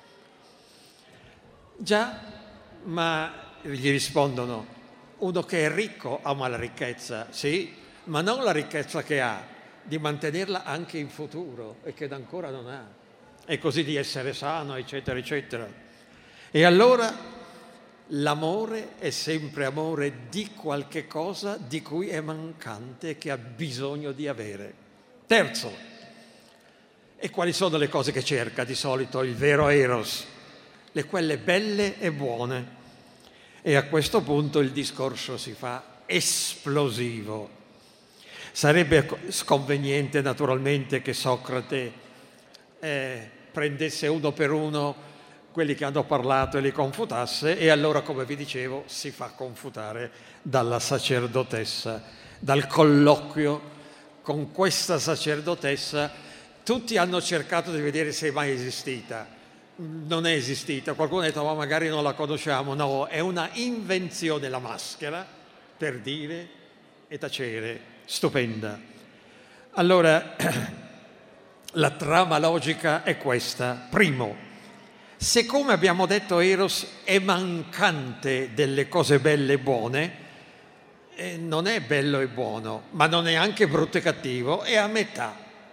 Già, ma gli rispondono, uno che è ricco ama la ricchezza, sì, ma non la ricchezza che ha, di mantenerla anche in futuro e che ancora non ha, e così di essere sano, eccetera, eccetera. E allora l'amore è sempre amore di qualche cosa di cui è mancante e che ha bisogno di avere. Terzo, e quali sono le cose che cerca di solito il vero Eros? Le quelle belle e buone. E a questo punto il discorso si fa esplosivo. Sarebbe sconveniente naturalmente che Socrate eh, prendesse uno per uno quelli che hanno parlato e li confutasse, e allora, come vi dicevo, si fa confutare dalla sacerdotessa, dal colloquio con questa sacerdotessa. Tutti hanno cercato di vedere se è mai esistita. Non è esistita. Qualcuno ha detto, ma magari non la conosciamo. No, è una invenzione, la maschera, per dire e tacere. Stupenda. Allora, la trama logica è questa. Primo, se come abbiamo detto Eros è mancante delle cose belle e buone, eh, non è bello e buono, ma non è anche brutto e cattivo, è a metà,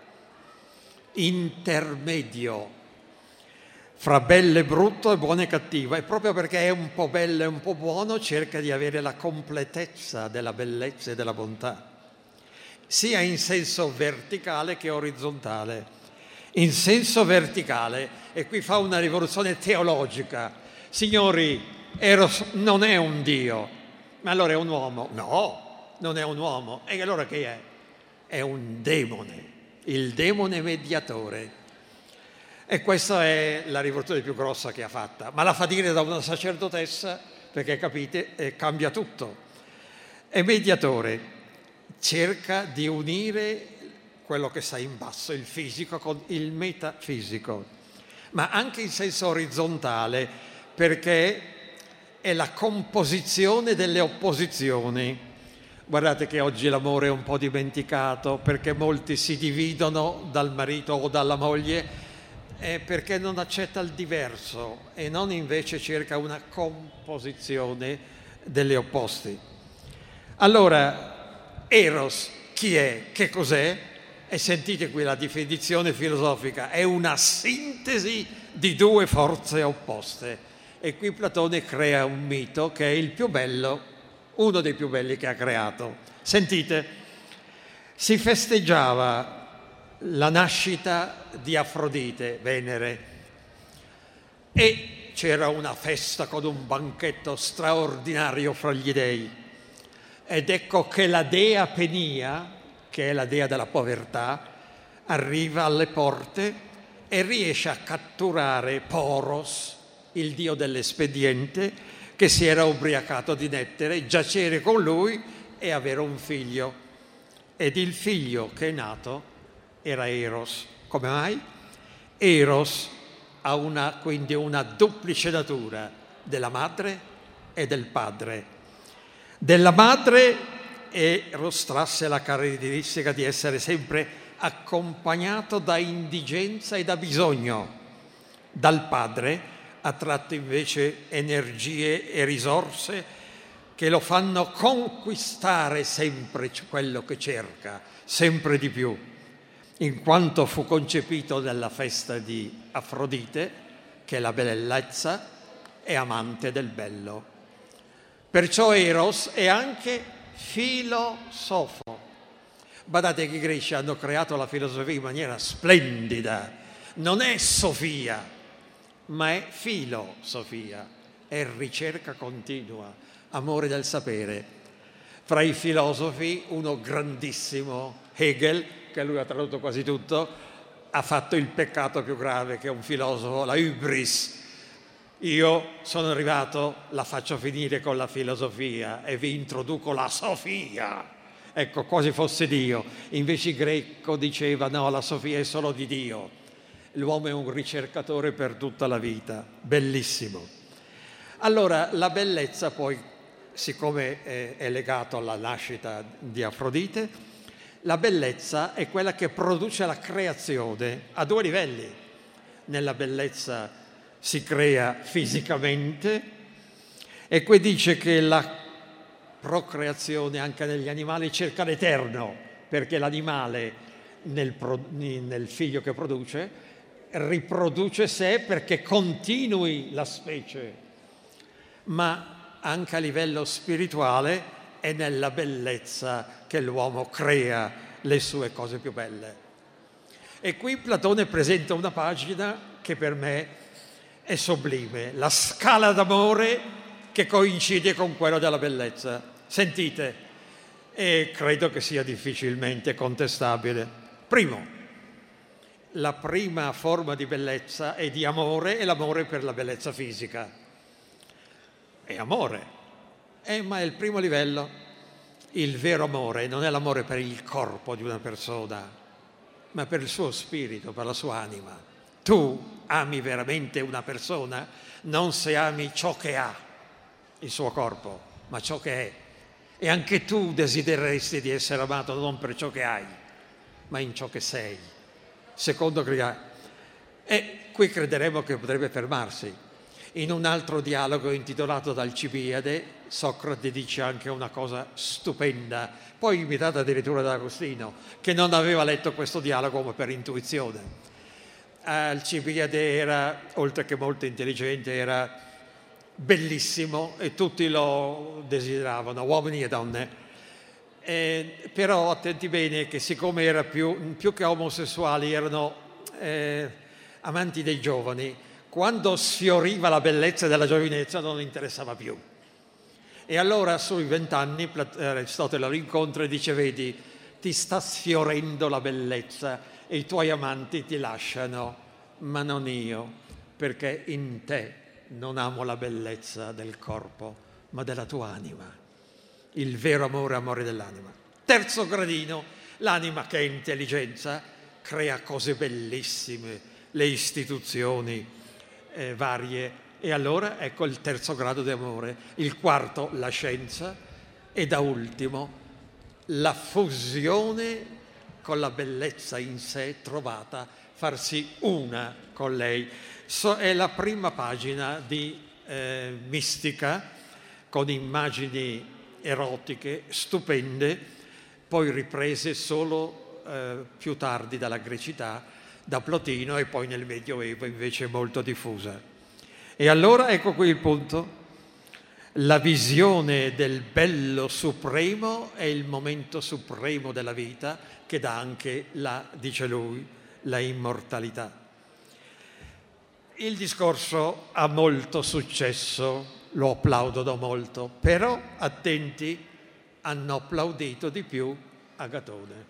intermedio fra bello e brutto e buono e cattivo, e proprio perché è un po' bello e un po' buono cerca di avere la completezza della bellezza e della bontà, sia in senso verticale che orizzontale. In senso verticale, e qui fa una rivoluzione teologica. Signori, Eros non è un dio, ma allora è un uomo? No, non è un uomo. E allora che è? È un demone, il demone mediatore. E questa è la rivoluzione più grossa che ha fatta, ma la fa dire da una sacerdotessa, perché capite, eh, cambia tutto. È mediatore, cerca di unire quello che sta in basso, il fisico, con il metafisico, ma anche in senso orizzontale, perché è la composizione delle opposizioni. Guardate che oggi l'amore è un po' dimenticato, perché molti si dividono dal marito o dalla moglie eh, perché non accetta il diverso e non invece cerca una composizione delle opposti. Allora, Eros chi è? Che cos'è? E sentite qui la definizione filosofica, è una sintesi di due forze opposte. E qui Platone crea un mito che è il più bello, uno dei più belli che ha creato. Sentite, si festeggiava la nascita di Afrodite, Venere, e c'era una festa con un banchetto straordinario fra gli dei. Ed ecco che la dea Penia, che è la dea della povertà, arriva alle porte e riesce a catturare Poros, il dio dell'espediente, che si era ubriacato di nettere, giacere con lui e avere un figlio. Ed il figlio che è nato era Eros. Come mai? Eros ha una, quindi una duplice natura, della madre e del padre. Della madre Eros trasse la caratteristica di essere sempre accompagnato da indigenza e da bisogno. Dal padre ha tratto invece energie e risorse che lo fanno conquistare sempre quello che cerca, sempre di più, in quanto fu concepito nella festa di Afrodite, che è la bellezza e amante del bello. Perciò Eros è anche filosofo. Badate che i greci hanno creato la filosofia in maniera splendida. Non è Sofia, ma è filosofia, è ricerca continua, amore del sapere. Fra i filosofi, uno grandissimo, Hegel, che lui ha tradotto quasi tutto, ha fatto il peccato più grave che un filosofo, la hybris. Io sono arrivato, la faccio finire con la filosofia e vi introduco la Sofia. Ecco, quasi fosse Dio. Invece il greco diceva no, la Sofia è solo di Dio. L'uomo è un ricercatore per tutta la vita. Bellissimo. Allora, la bellezza poi, siccome è, è legato alla nascita di Afrodite, la bellezza è quella che produce la creazione a due livelli. Nella bellezza si crea fisicamente e qui dice che la procreazione anche negli animali cerca l'eterno, perché l'animale nel, pro, nel figlio che produce riproduce sé perché continui la specie, ma anche a livello spirituale è nella bellezza che l'uomo crea le sue cose più belle. E qui Platone presenta una pagina che per me è sublime, la scala d'amore che coincide con quella della bellezza. Sentite, e credo che sia difficilmente contestabile. Primo, la prima forma di bellezza è di amore, e l'amore per la bellezza fisica. È amore, eh, ma è il primo livello. Il vero amore non è l'amore per il corpo di una persona, ma per il suo spirito, per la sua anima. Tu ami veramente una persona non se ami ciò che ha, il suo corpo, ma ciò che è. E anche tu desidereresti di essere amato non per ciò che hai, ma in ciò che sei, secondo Cristo. E qui crederemo che potrebbe fermarsi. In un altro dialogo intitolato d'Alcibiade, Socrate dice anche una cosa stupenda, poi imitata addirittura da Agostino, che non aveva letto questo dialogo ma per intuizione. Alcibiade era, oltre che molto intelligente, era bellissimo e tutti lo desideravano, uomini e donne. Eh, però attenti bene che siccome era più, più che omosessuali, erano eh, amanti dei giovani, quando sfioriva la bellezza della giovinezza non interessava più. E allora sui vent'anni Aristotele lo incontra e dice: vedi, ti sta sfiorendo la bellezza e i tuoi amanti ti lasciano, ma non io, perché in te non amo la bellezza del corpo, ma della tua anima. Il vero amore è amore dell'anima. Terzo gradino, l'anima che è intelligenza crea cose bellissime, le istituzioni eh, varie. E allora ecco il terzo grado di amore. Il quarto, la scienza. E da ultimo, la fusione con la bellezza in sé trovata, farsi una con lei. So, è la prima pagina di eh, mistica con immagini erotiche stupende, poi riprese solo eh, più tardi dalla grecità, da Plotino, e poi nel Medioevo invece molto diffusa. E allora ecco qui il punto: la visione del bello supremo è il momento supremo della vita, che dà anche la, dice lui, la immortalità. Il discorso ha molto successo, lo applaudo molto, però attenti, hanno applaudito di più Agatone.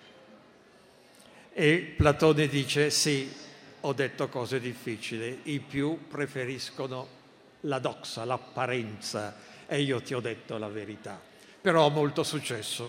E Platone dice: sì, ho detto cose difficili, i più preferiscono la doxa, l'apparenza, e io ti ho detto la verità. Però ha molto successo.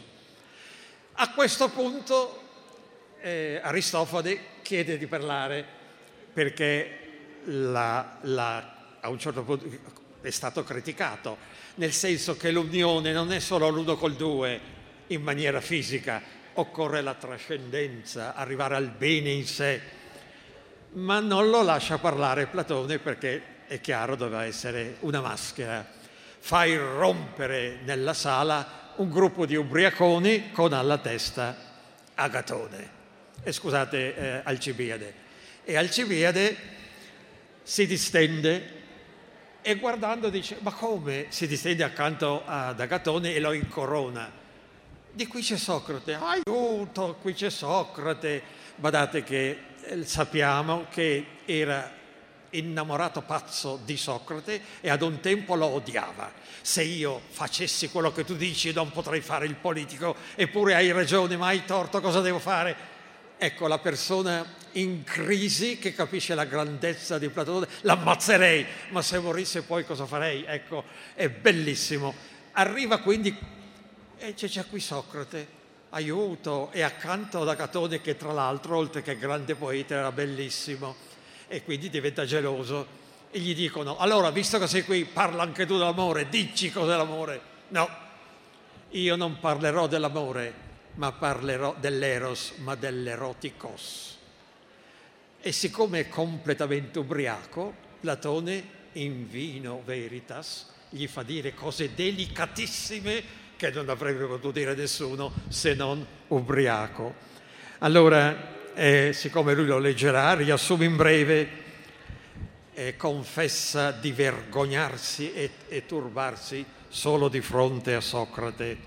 A questo punto eh, Aristofane chiede di parlare perché la, la, a un certo punto è stato criticato, nel senso che l'unione non è solo l'uno col due in maniera fisica, occorre la trascendenza, arrivare al bene in sé, ma non lo lascia parlare Platone perché è chiaro, doveva essere una maschera. Fa irrompere nella sala un gruppo di ubriaconi con alla testa Agatone, e scusate, eh, Alcibiade. E Alcibiade si distende e guardando dice: ma come? Si distende accanto ad Agatone e lo incorona. Di qui c'è Socrate, aiuto, qui c'è Socrate. Badate che eh, sappiamo che era innamorato pazzo di Socrate e ad un tempo lo odiava. Se io facessi quello che tu dici non potrei fare il politico, eppure hai ragione, ma hai torto, cosa devo fare? Ecco, la persona in crisi che capisce la grandezza di Platone, l'ammazzerei, ma se morisse poi cosa farei? Ecco, è bellissimo. Arriva quindi, e c'è, c'è qui Socrate, aiuto, e accanto ad Agatone che tra l'altro, oltre che grande poeta, era bellissimo, e quindi diventa geloso. E gli dicono: allora, visto che sei qui, parla anche tu dell'amore, dici cos'è l'amore. No, io non parlerò dell'amore, ma parlerò dell'eros, ma dell'erotikos. E siccome è completamente ubriaco, Platone, in vino veritas, gli fa dire cose delicatissime che non avrebbe potuto dire nessuno se non ubriaco. Allora, eh, siccome lui lo leggerà, riassumo in breve, eh, confessa di vergognarsi e, e turbarsi solo di fronte a Socrate.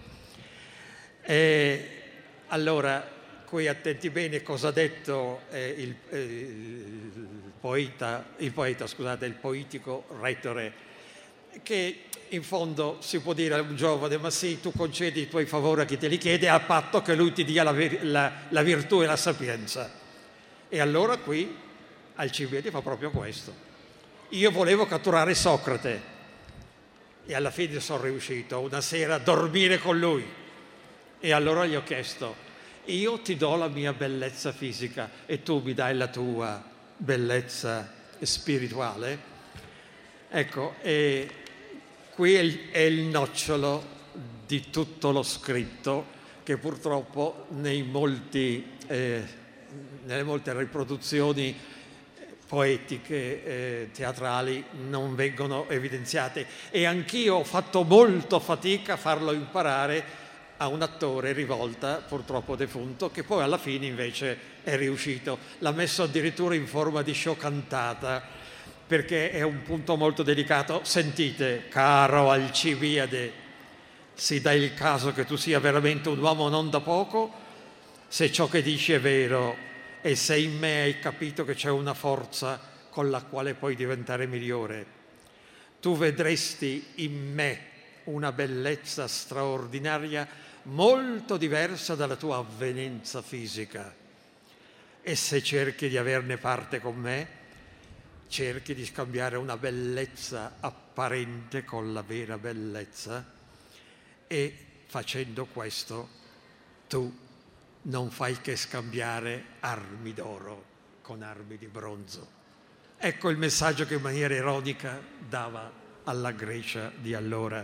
E allora, qui attenti bene cosa ha detto eh, il, eh, il poeta, il poeta, scusate, il poetico retore, che in fondo si può dire a un giovane: ma sì, tu concedi i tuoi favori a chi te li chiede, a patto che lui ti dia la, la, la virtù e la sapienza. E allora qui Alcibiade fa proprio questo: io volevo catturare Socrate e alla fine sono riuscito una sera a dormire con lui, e allora gli ho chiesto: io ti do la mia bellezza fisica e tu mi dai la tua bellezza spirituale? Ecco, e qui è il, è il nocciolo di tutto lo scritto, che purtroppo nei molti, eh, nelle molte riproduzioni poetiche, eh, teatrali, non vengono evidenziate. E anch'io ho fatto molto fatica a farlo imparare a un attore rivolta, purtroppo defunto, che poi alla fine invece è riuscito. L'ha messo addirittura in forma di show cantata, perché è un punto molto delicato. Sentite, caro Alcibiade, si dà il caso che tu sia veramente un uomo non da poco, se ciò che dici è vero e se in me hai capito che c'è una forza con la quale puoi diventare migliore. Tu vedresti in me una bellezza straordinaria, molto diversa dalla tua avvenenza fisica. E se cerchi di averne parte con me, cerchi di scambiare una bellezza apparente con la vera bellezza, e facendo questo tu non fai che scambiare armi d'oro con armi di bronzo. Ecco il messaggio che in maniera ironica dava alla Grecia di allora.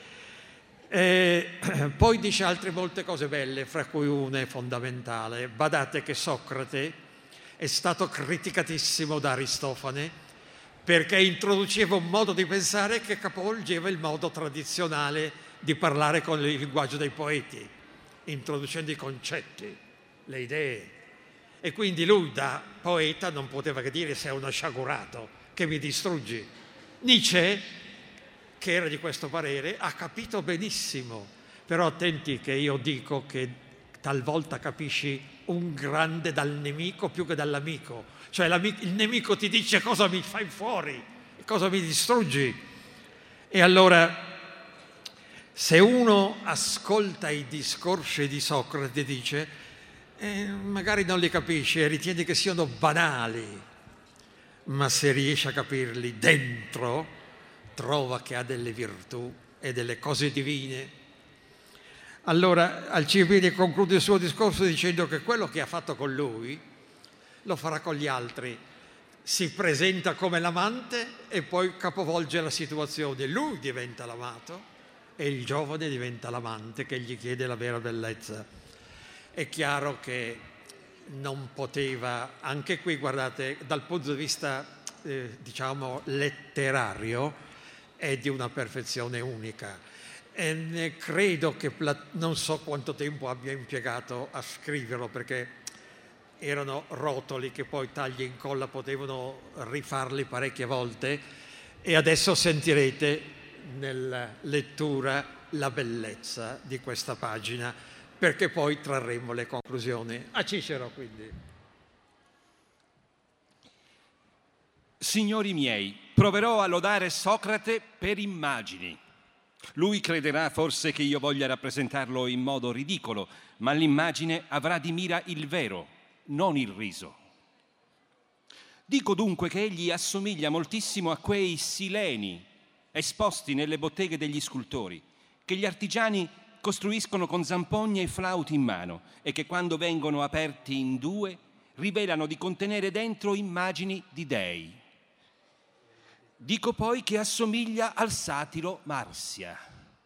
E poi dice altre molte cose belle, fra cui una è fondamentale. Badate che Socrate è stato criticatissimo da Aristofane perché introduceva un modo di pensare che capovolgeva il modo tradizionale di parlare con il linguaggio dei poeti, introducendo i concetti, le idee. E quindi lui da poeta non poteva che dire: sei uno sciagurato, che mi distruggi. Nietzsche, che era di questo parere, ha capito benissimo, però attenti che io dico che talvolta capisci un grande dal nemico più che dall'amico, cioè il nemico ti dice cosa mi fai fuori, cosa mi distruggi. E allora, se uno ascolta i discorsi di Socrate, dice, eh, magari non li capisce e ritiene che siano banali, ma se riesce a capirli dentro, trova che ha delle virtù e delle cose divine. Allora Alcibiade conclude il suo discorso dicendo che quello che ha fatto con lui lo farà con gli altri. si presenta come l'amante e poi capovolge la situazione. Lui diventa l'amato e il giovane diventa l'amante che gli chiede la vera bellezza. È chiaro che non poteva, anche qui guardate, dal punto di vista eh, diciamo letterario è di una perfezione unica. E credo che Plat- non so quanto tempo abbia impiegato a scriverlo, perché erano rotoli che poi tagli e incolla potevano rifarli parecchie volte, e adesso sentirete nella lettura la bellezza di questa pagina, perché poi trarremo le conclusioni. A Cicero, quindi. Signori miei, proverò a lodare Socrate per immagini. Lui crederà forse che io voglia rappresentarlo in modo ridicolo, ma l'immagine avrà di mira il vero, non il riso. Dico dunque che egli assomiglia moltissimo a quei sileni esposti nelle botteghe degli scultori, che gli artigiani costruiscono con zampogne e flauti in mano e che quando vengono aperti in due rivelano di contenere dentro immagini di dei. Dico poi che assomiglia al satiro Marsia.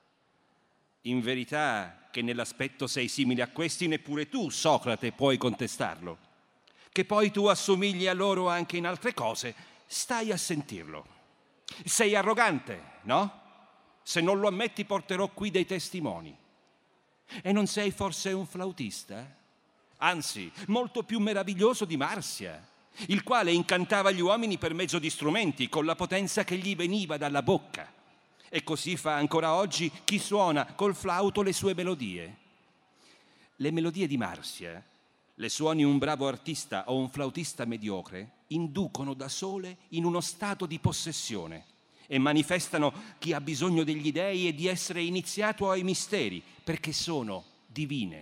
In verità che nell'aspetto sei simile a questi, neppure tu, Socrate, puoi contestarlo. Che poi tu assomigli a loro anche in altre cose, stai a sentirlo. Sei arrogante, no? Se non lo ammetti porterò qui dei testimoni. E non sei forse un flautista? Anzi, molto più meraviglioso di Marsia, il quale incantava gli uomini per mezzo di strumenti, con la potenza che gli veniva dalla bocca. E così fa ancora oggi chi suona col flauto le sue melodie. Le melodie di Marsia, le suoni un bravo artista o un flautista mediocre, inducono da sole in uno stato di possessione e manifestano chi ha bisogno degli dei e di essere iniziato ai misteri, perché sono divine.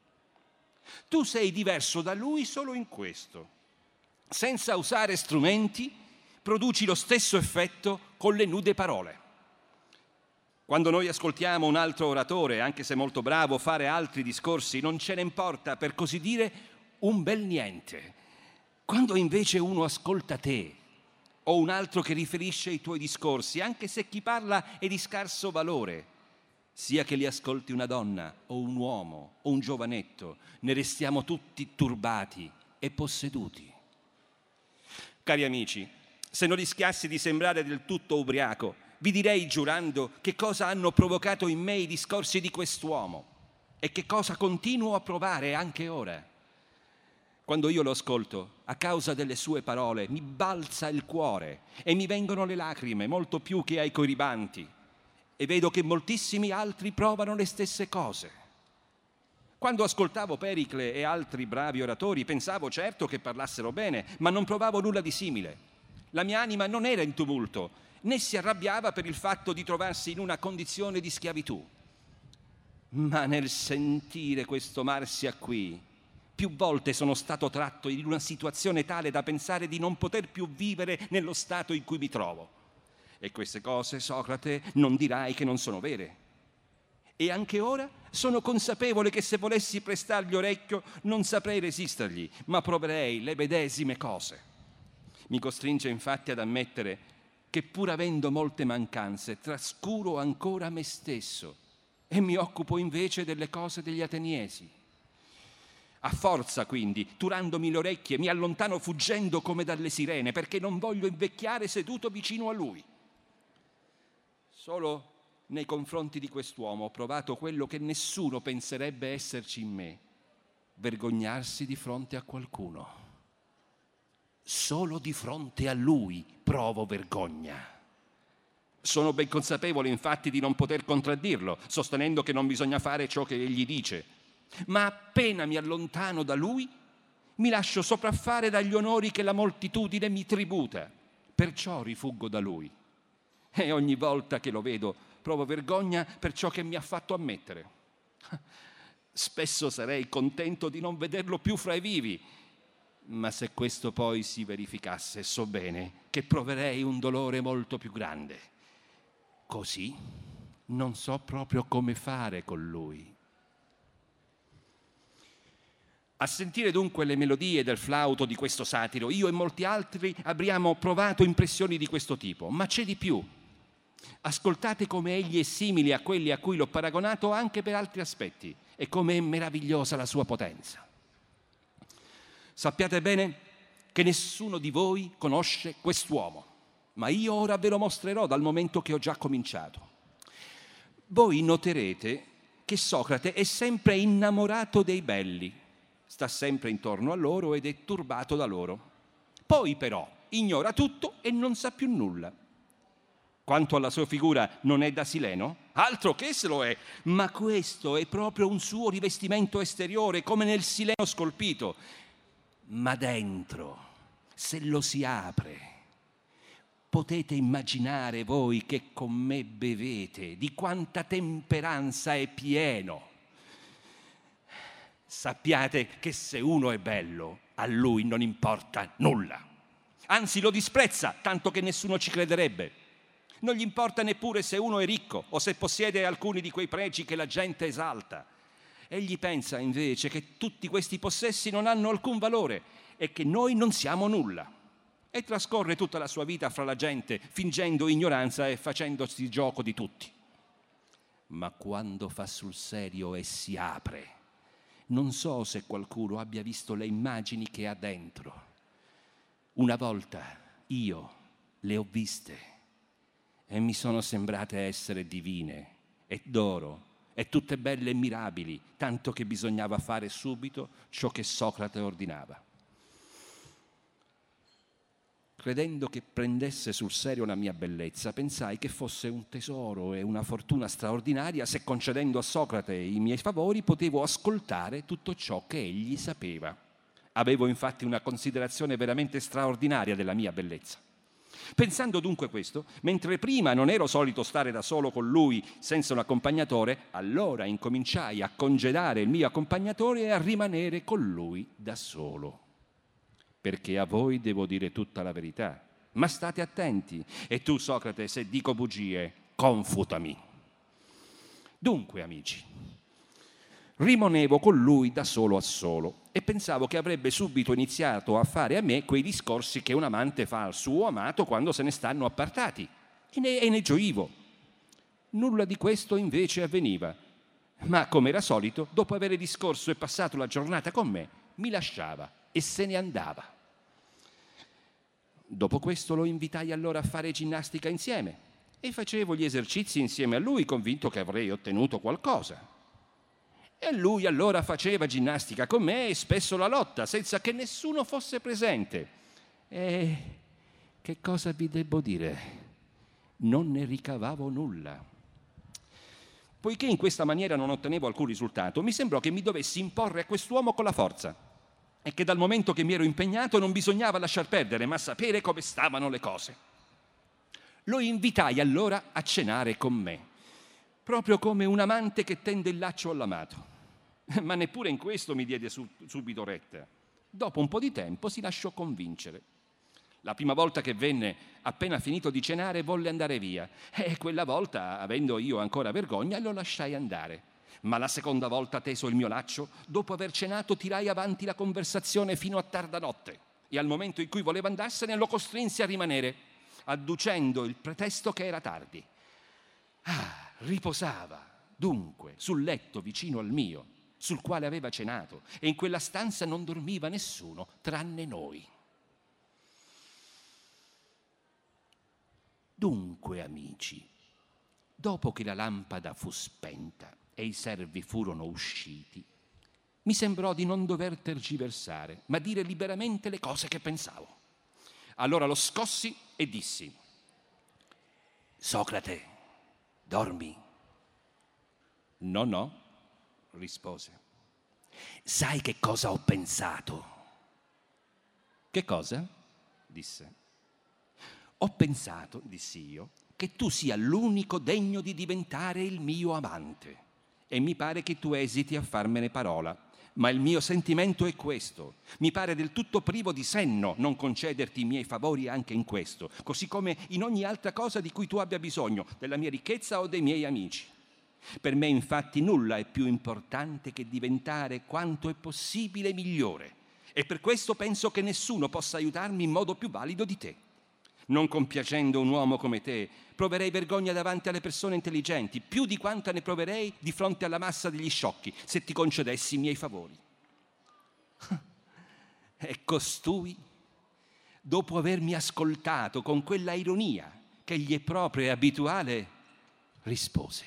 Tu sei diverso da lui solo in questo. Senza usare strumenti, produci lo stesso effetto con le nude parole. Quando noi ascoltiamo un altro oratore, anche se molto bravo, fare altri discorsi, non ce ne importa, per così dire, un bel niente. Quando invece uno ascolta te, o un altro che riferisce i tuoi discorsi, anche se chi parla è di scarso valore, sia che li ascolti una donna, o un uomo, o un giovanetto, ne restiamo tutti turbati e posseduti. Cari amici, se non rischiassi di sembrare del tutto ubriaco, vi direi giurando che cosa hanno provocato in me i discorsi di quest'uomo e che cosa continuo a provare anche ora. Quando io lo ascolto, a causa delle sue parole, mi balza il cuore e mi vengono le lacrime, molto più che ai corybanti, e vedo che moltissimi altri provano le stesse cose. Quando ascoltavo Pericle e altri bravi oratori, pensavo certo che parlassero bene, ma non provavo nulla di simile. La mia anima non era in tumulto, né si arrabbiava per il fatto di trovarsi in una condizione di schiavitù. Ma nel sentire questo Marsia qui, più volte sono stato tratto in una situazione tale da pensare di non poter più vivere nello stato in cui mi trovo. E queste cose, Socrate, non dirai che non sono vere. E anche ora sono consapevole che se volessi prestargli orecchio non saprei resistergli, ma proverei le medesime cose. Mi costringe infatti ad ammettere che pur avendo molte mancanze trascuro ancora me stesso e mi occupo invece delle cose degli ateniesi. A forza quindi, turandomi le orecchie, mi allontano fuggendo come dalle sirene, perché non voglio invecchiare seduto vicino a lui. Solo nei confronti di quest'uomo ho provato quello che nessuno penserebbe esserci in me: vergognarsi di fronte a qualcuno. Solo di fronte a lui provo vergogna. Sono ben consapevole infatti di non poter contraddirlo, sostenendo che non bisogna fare ciò che egli dice. Ma appena mi allontano da lui, mi lascio sopraffare dagli onori che la moltitudine mi tributa. Perciò rifuggo da lui. E ogni volta che lo vedo provo vergogna per ciò che mi ha fatto ammettere. Spesso sarei contento di non vederlo più fra i vivi, ma se questo poi si verificasse, so bene che proverei un dolore molto più grande. Così non so proprio come fare con lui. A sentire dunque le melodie del flauto di questo satiro, io e molti altri abbiamo provato impressioni di questo tipo, ma c'è di più. Ascoltate come egli è simile a quelli a cui l'ho paragonato anche per altri aspetti e come è meravigliosa la sua potenza. Sappiate bene che nessuno di voi conosce quest'uomo, ma io ora ve lo mostrerò dal momento che ho già cominciato. Voi noterete che Socrate è sempre innamorato dei belli, sta sempre intorno a loro ed è turbato da loro. Poi però ignora tutto e non sa più nulla. Quanto alla sua figura, non è da Sileno? Altro che se lo è, ma questo è proprio un suo rivestimento esteriore, come nel Sileno scolpito. Ma dentro, se lo si apre, potete immaginare voi che con me bevete, di quanta temperanza è pieno. Sappiate che se uno è bello, a lui non importa nulla. Anzi, lo disprezza, tanto che nessuno ci crederebbe. Non gli importa neppure se uno è ricco o se possiede alcuni di quei pregi che la gente esalta. Egli pensa invece che tutti questi possessi non hanno alcun valore e che noi non siamo nulla. E trascorre tutta la sua vita fra la gente, fingendo ignoranza e facendosi gioco di tutti. Ma quando fa sul serio e si apre, non so se qualcuno abbia visto le immagini che ha dentro. Una volta io le ho viste e mi sono sembrate essere divine e d'oro e tutte belle e mirabili, tanto che bisognava fare subito ciò che Socrate ordinava. Credendo che prendesse sul serio la mia bellezza, pensai che fosse un tesoro e una fortuna straordinaria se, concedendo a Socrate i miei favori, potevo ascoltare tutto ciò che egli sapeva. Avevo infatti una considerazione veramente straordinaria della mia bellezza. Pensando dunque questo, mentre prima non ero solito stare da solo con lui senza un accompagnatore, allora incominciai a congedare il mio accompagnatore e a rimanere con lui da solo. Perché a voi devo dire tutta la verità, ma state attenti. E tu, Socrate, se dico bugie, confutami. Dunque, amici, rimanevo con lui da solo a solo e pensavo che avrebbe subito iniziato a fare a me quei discorsi che un amante fa al suo amato quando se ne stanno appartati, e ne, e ne gioivo. Nulla di questo invece avveniva, ma come era solito, dopo aver discorso e passato la giornata con me, mi lasciava e se ne andava. Dopo questo lo invitai allora a fare ginnastica insieme e facevo gli esercizi insieme a lui, convinto che avrei ottenuto qualcosa. E lui allora faceva ginnastica con me e spesso la lotta, senza che nessuno fosse presente. E che cosa vi debbo dire? Non ne ricavavo nulla. Poiché in questa maniera non ottenevo alcun risultato, mi sembrò che mi dovessi imporre a quest'uomo con la forza e che dal momento che mi ero impegnato non bisognava lasciar perdere, ma sapere come stavano le cose. Lo invitai allora a cenare con me, proprio come un amante che tende il laccio all'amato. Ma neppure in questo mi diede subito retta. Dopo un po' di tempo si lasciò convincere. La prima volta che venne, appena finito di cenare, volle andare via. E quella volta, avendo io ancora vergogna, lo lasciai andare. Ma la seconda volta, teso il mio laccio, dopo aver cenato tirai avanti la conversazione fino a tarda notte e al momento in cui voleva andarsene lo costrinsi a rimanere, adducendo il pretesto che era tardi. Ah, riposava dunque sul letto vicino al mio, sul quale aveva cenato, e in quella stanza non dormiva nessuno tranne noi. Dunque, amici, dopo che la lampada fu spenta e i servi furono usciti, mi sembrò di non dover tergiversare, ma dire liberamente le cose che pensavo. Allora lo scossi e dissi: Socrate, dormi? No, no, rispose. Sai che cosa ho pensato? Che cosa? Disse. Ho pensato, dissi io, che tu sia l'unico degno di diventare il mio amante. E mi pare che tu esiti a farmene parola, ma il mio sentimento è questo. Mi pare del tutto privo di senno non concederti i miei favori anche in questo, così come in ogni altra cosa di cui tu abbia bisogno, della mia ricchezza o dei miei amici. Per me, infatti, nulla è più importante che diventare quanto è possibile migliore, e per questo penso che nessuno possa aiutarmi in modo più valido di te. Non compiacendo un uomo come te, proverei vergogna davanti alle persone intelligenti, più di quanta ne proverei di fronte alla massa degli sciocchi, se ti concedessi i miei favori. E costui, dopo avermi ascoltato con quella ironia che gli è propria e abituale, rispose: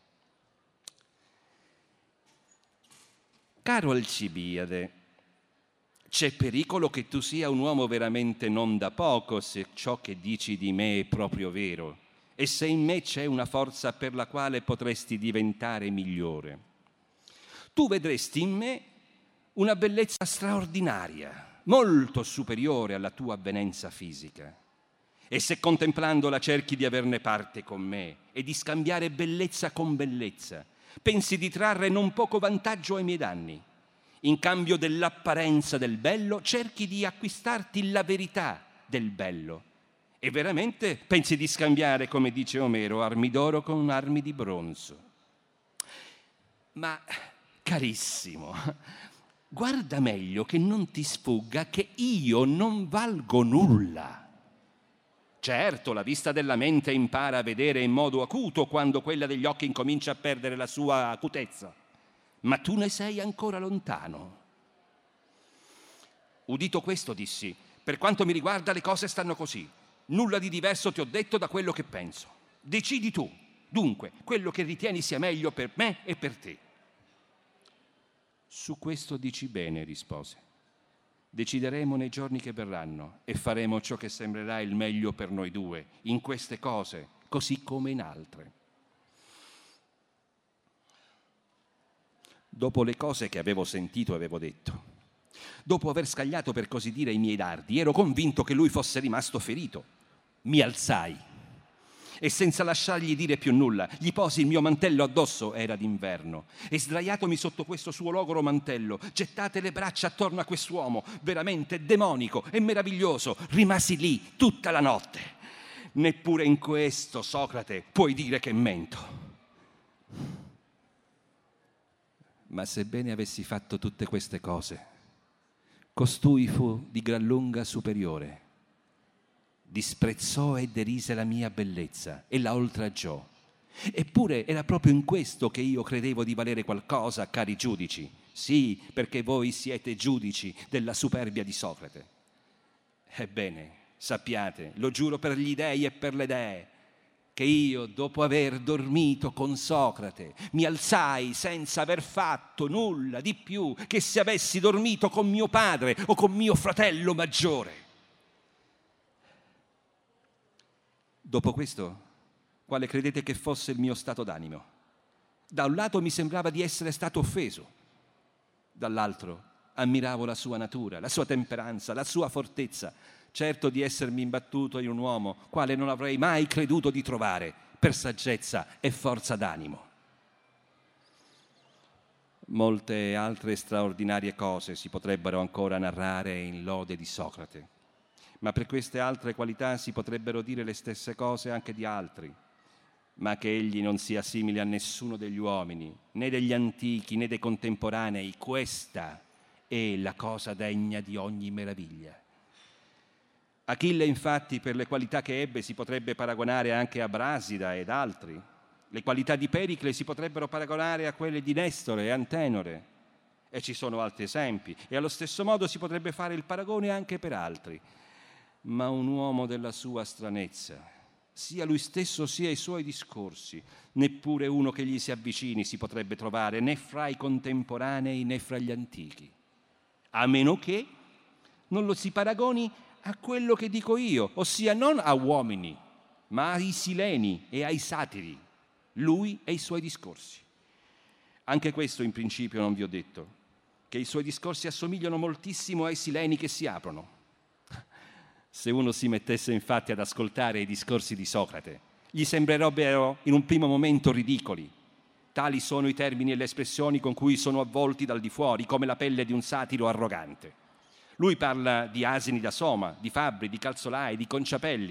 caro Alcibiade, c'è pericolo che tu sia un uomo veramente non da poco se ciò che dici di me è proprio vero, e se in me c'è una forza per la quale potresti diventare migliore. Tu vedresti in me una bellezza straordinaria, molto superiore alla tua avvenenza fisica. E se contemplandola cerchi di averne parte con me e di scambiare bellezza con bellezza, pensi di trarre non poco vantaggio ai miei danni. In cambio dell'apparenza del bello, cerchi di acquistarti la verità del bello. E veramente pensi di scambiare, come dice Omero, armi d'oro con armi di bronzo. Ma, carissimo, guarda meglio che non ti sfugga che io non valgo nulla. Certo, la vista della mente impara a vedere in modo acuto quando quella degli occhi incomincia a perdere la sua acutezza. Ma tu ne sei ancora lontano. Udito questo, dissi: per quanto mi riguarda le cose stanno così. Nulla di diverso ti ho detto da quello che penso. Decidi tu, dunque, quello che ritieni sia meglio per me e per te. Su questo dici bene, rispose. Decideremo nei giorni che verranno e faremo ciò che sembrerà il meglio per noi due, in queste cose, così come in altre. Dopo le cose che avevo sentito e avevo detto, dopo aver scagliato per così dire i miei dardi, ero convinto che lui fosse rimasto ferito. Mi alzai e senza lasciargli dire più nulla, gli posi il mio mantello addosso, era d'inverno, e sdraiatomi sotto questo suo logoro mantello, gettate le braccia attorno a quest'uomo, veramente demonico e meraviglioso, rimasi lì tutta la notte. Neppure in questo, Socrate, puoi dire che mento. Ma sebbene avessi fatto tutte queste cose, costui fu di gran lunga superiore. Disprezzò e derise la mia bellezza e la oltraggiò. Eppure era proprio in questo che io credevo di valere qualcosa, cari giudici. Sì, perché voi siete giudici della superbia di Socrate. Ebbene, sappiate, lo giuro per gli dei e per le dee, che io, dopo aver dormito con Socrate, mi alzai senza aver fatto nulla di più che se avessi dormito con mio padre o con mio fratello maggiore. Dopo questo, quale credete che fosse il mio stato d'animo? Da un lato mi sembrava di essere stato offeso, dall'altro ammiravo la sua natura, la sua temperanza, la sua fortezza, certo di essermi imbattuto in un uomo quale non avrei mai creduto di trovare per saggezza e forza d'animo. Molte altre straordinarie cose si potrebbero ancora narrare in lode di Socrate, ma per queste altre qualità si potrebbero dire le stesse cose anche di altri, ma che egli non sia simile a nessuno degli uomini, né degli antichi né dei contemporanei, questa è la cosa degna di ogni meraviglia. Achille, infatti, per le qualità che ebbe si potrebbe paragonare anche a Brasida ed altri. Le qualità di Pericle si potrebbero paragonare a quelle di Nestore e Antenore, e ci sono altri esempi, e allo stesso modo si potrebbe fare il paragone anche per altri. Ma un uomo della sua stranezza, sia lui stesso sia i suoi discorsi, neppure uno che gli si avvicini si potrebbe trovare né fra i contemporanei né fra gli antichi, a meno che non lo si paragoni a quello che dico io, ossia non a uomini, ma ai Sileni e ai Satiri, lui e i suoi discorsi. Anche questo in principio non vi ho detto, che i suoi discorsi assomigliano moltissimo ai Sileni che si aprono. Se uno si mettesse infatti ad ascoltare i discorsi di Socrate, gli sembrerebbero in un primo momento ridicoli. Tali sono i termini e le espressioni con cui sono avvolti dal di fuori, come la pelle di un satiro arrogante. Lui parla di asini da Soma, di fabbri, di calzolai, di conciapelli,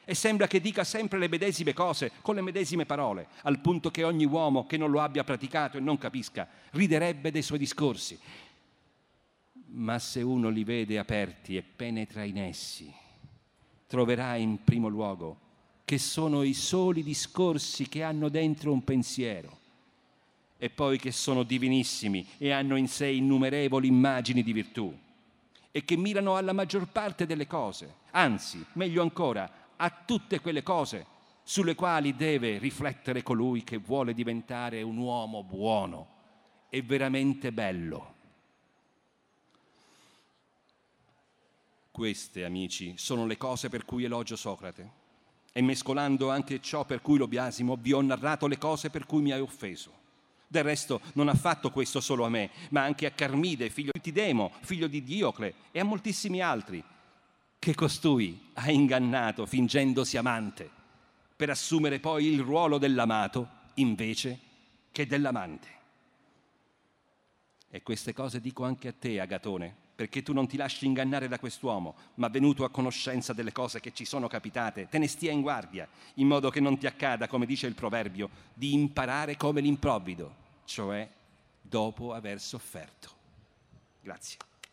e sembra che dica sempre le medesime cose con le medesime parole, al punto che ogni uomo che non lo abbia praticato e non capisca riderebbe dei suoi discorsi. Ma se uno li vede aperti e penetra in essi, troverà in primo luogo che sono i soli discorsi che hanno dentro un pensiero, e poi che sono divinissimi e hanno in sé innumerevoli immagini di virtù, e che mirano alla maggior parte delle cose, anzi, meglio ancora, a tutte quelle cose sulle quali deve riflettere colui che vuole diventare un uomo buono e veramente bello. Queste, amici, sono le cose per cui elogio Socrate, e mescolando anche ciò per cui lo biasimo, vi ho narrato le cose per cui mi hai offeso. Del resto non ha fatto questo solo a me, ma anche a Carmide, figlio di Tidemo, figlio di Diocle, e a moltissimi altri, che costui ha ingannato fingendosi amante, per assumere poi il ruolo dell'amato invece che dell'amante. E queste cose dico anche a te, Agatone, perché tu non ti lasci ingannare da quest'uomo, ma venuto a conoscenza delle cose che ci sono capitate, te ne stia in guardia, in modo che non ti accada, come dice il proverbio, di imparare come l'improvvido, cioè dopo aver sofferto. Grazie.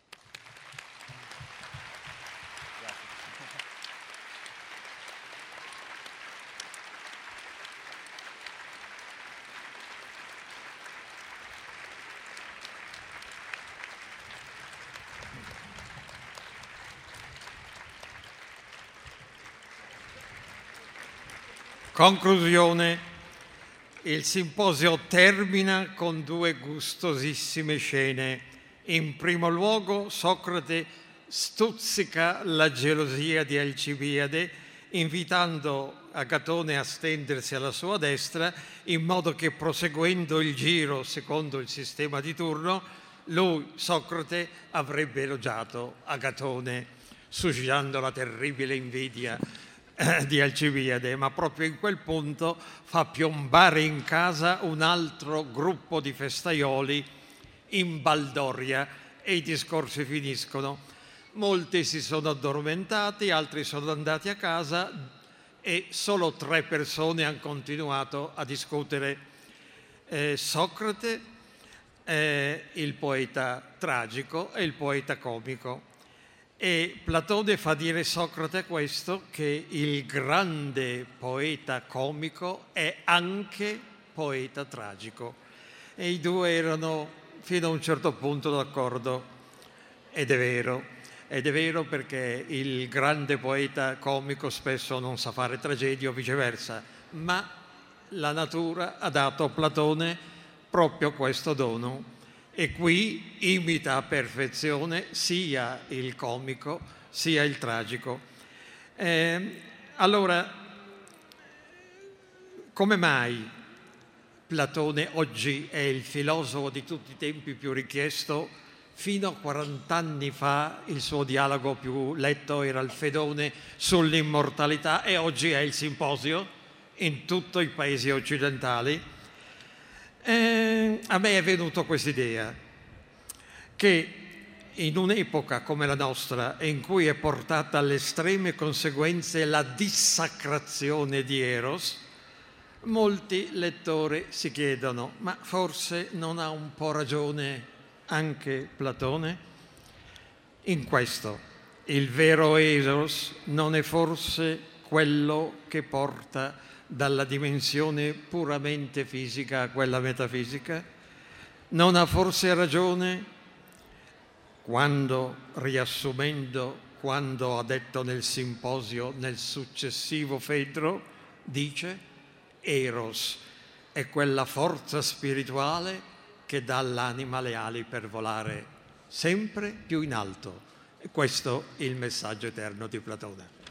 Conclusione. Il simposio termina con due gustosissime scene. In primo luogo, Socrate stuzzica la gelosia di Alcibiade, invitando Agatone a stendersi alla sua destra, in modo che, proseguendo il giro secondo il sistema di turno, lui, Socrate, avrebbe elogiato Agatone, suscitando la terribile invidia di Alcibiade, ma proprio in quel punto fa piombare in casa un altro gruppo di festaioli in baldoria e i discorsi finiscono. Molti si sono addormentati, altri sono andati a casa e solo tre persone hanno continuato a discutere. Eh, Socrate, eh, il poeta tragico e il poeta comico. E Platone fa dire Socrate questo, che il grande poeta comico è anche poeta tragico. E i due erano fino a un certo punto d'accordo. Ed è vero, ed è vero perché il grande poeta comico spesso non sa fare tragedie o viceversa, ma la natura ha dato a Platone proprio questo dono. E qui imita a perfezione sia il comico sia il tragico. Eh, allora, come mai Platone oggi è il filosofo di tutti i tempi più richiesto? Fino a quaranta anni fa il suo dialogo più letto era il Fedone sull'immortalità e oggi è il Simposio in tutti i paesi occidentali. Eh, a me è venuto quest'idea che in un'epoca come la nostra, in cui è portata alle estreme conseguenze la dissacrazione di Eros, molti lettori si chiedono: ma forse non ha un po' ragione anche Platone? In questo, il vero Eros non è forse quello che porta dalla dimensione puramente fisica a quella metafisica? Non ha forse ragione quando, riassumendo quando ha detto nel Simposio, nel successivo Fedro, dice: Eros è quella forza spirituale che dà all'anima le ali per volare sempre più in alto. E questo è il messaggio eterno di Platone.